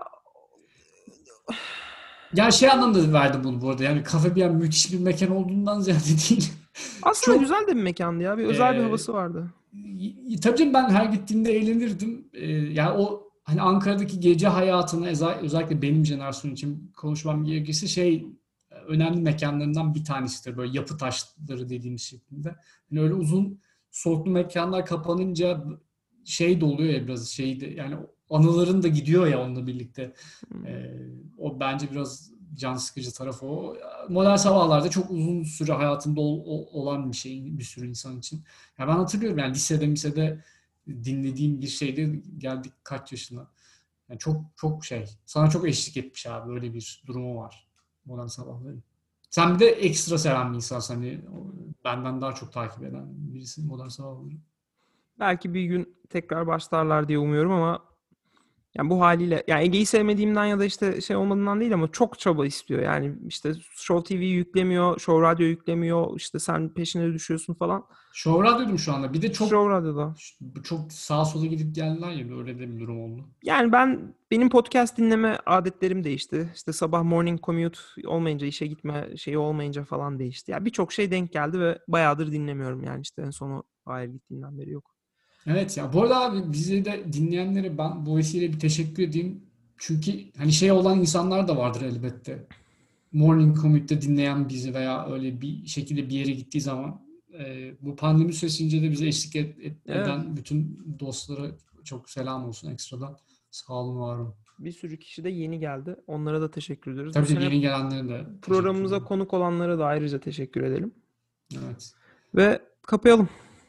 Ya şey anlamda verdim bunu bu arada. Yani Cafe Bien müthiş bir mekan olduğundan ziyade değil. aslında Çok güzel de bir mekandı ya. Bir özel bir e, havası vardı. y- tabii canım ben her gittiğimde eğlenirdim. E, yani o hani Ankara'daki gece hayatını özel- özellikle benim jenerasyon için konuşmam gerekirse şey önemli mekanlarından bir tanesidir. Böyle yapı taşları dediğimiz şeklinde. Yani öyle uzun soluklu mekanlar kapanınca şey de oluyor ya biraz şeyde yani anıların da gidiyor ya onunla birlikte. Ee, o bence biraz can sıkıcı tarafı o. Modern Sabahlar'da çok uzun süre hayatında ol- ol- olan bir şey bir sürü insan için. Ya ben hatırlıyorum yani lisede lisede dinlediğim bir şeyde geldik kaç yaşına. Yani çok çok şey sana çok eşlik etmiş abi böyle bir durumu var Modern Sabahların. Sen bir de ekstra seven bir insansın hani benden daha çok takip eden birisi Modern Sabahları. Belki bir gün tekrar başlarlar diye umuyorum ama yani bu haliyle yani Ege'yi sevmediğimden ya da işte şey olmadığından değil ama çok çaba istiyor. Yani işte Show T V yüklemiyor, Show Radyo yüklemiyor. İşte sen peşine düşüyorsun falan. Show Radyo'dum şu anda. Bir de çok Show Radyo'da. çok sağa sola gidip geldiler ya öyle de bir durum oldu. Yani ben benim podcast dinleme adetlerim değişti. İşte sabah morning commute olmayınca işe gitme şeyi olmayınca falan değişti. Yani birçok şey denk geldi ve bayağıdır dinlemiyorum yani işte en sonu hayır gittiğinden beri yok. Evet ya bu arada abi bizi de dinleyenlere ben bu vesileyle bir teşekkür edeyim. Çünkü hani şey olan insanlar da vardır elbette. Morning Commute'de dinleyen bizi veya öyle bir şekilde bir yere gittiği zaman e, bu pandemi süresince de bize eşlik et, et- Evet. eden bütün dostlara çok selam olsun ekstradan. Sağ olun var olun. Bir sürü kişi de yeni geldi. Onlara da teşekkür ediyoruz. Tabii Bu ki sene yeni gelenlere de teşekkür programımıza ederim. konuk olanlara da ayrıca teşekkür edelim. Evet. Ve kapayalım.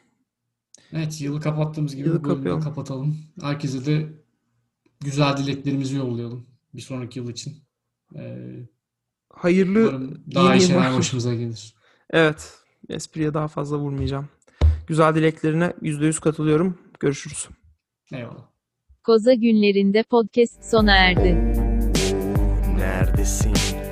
Evet yılı kapattığımız gibi Yılı bu bölümü de kapayalım. kapatalım. Herkese de güzel dileklerimizi yollayalım bir sonraki yıl için. Ee, Hayırlı umarım daha iyi yeni şeyler yıllar. başımıza gelir. Evet. Espriye daha fazla vurmayacağım. Güzel dileklerine yüzde yüz katılıyorum. Görüşürüz. Eyvallah. Koza Günlerinde podcast sona erdi. Neredesin?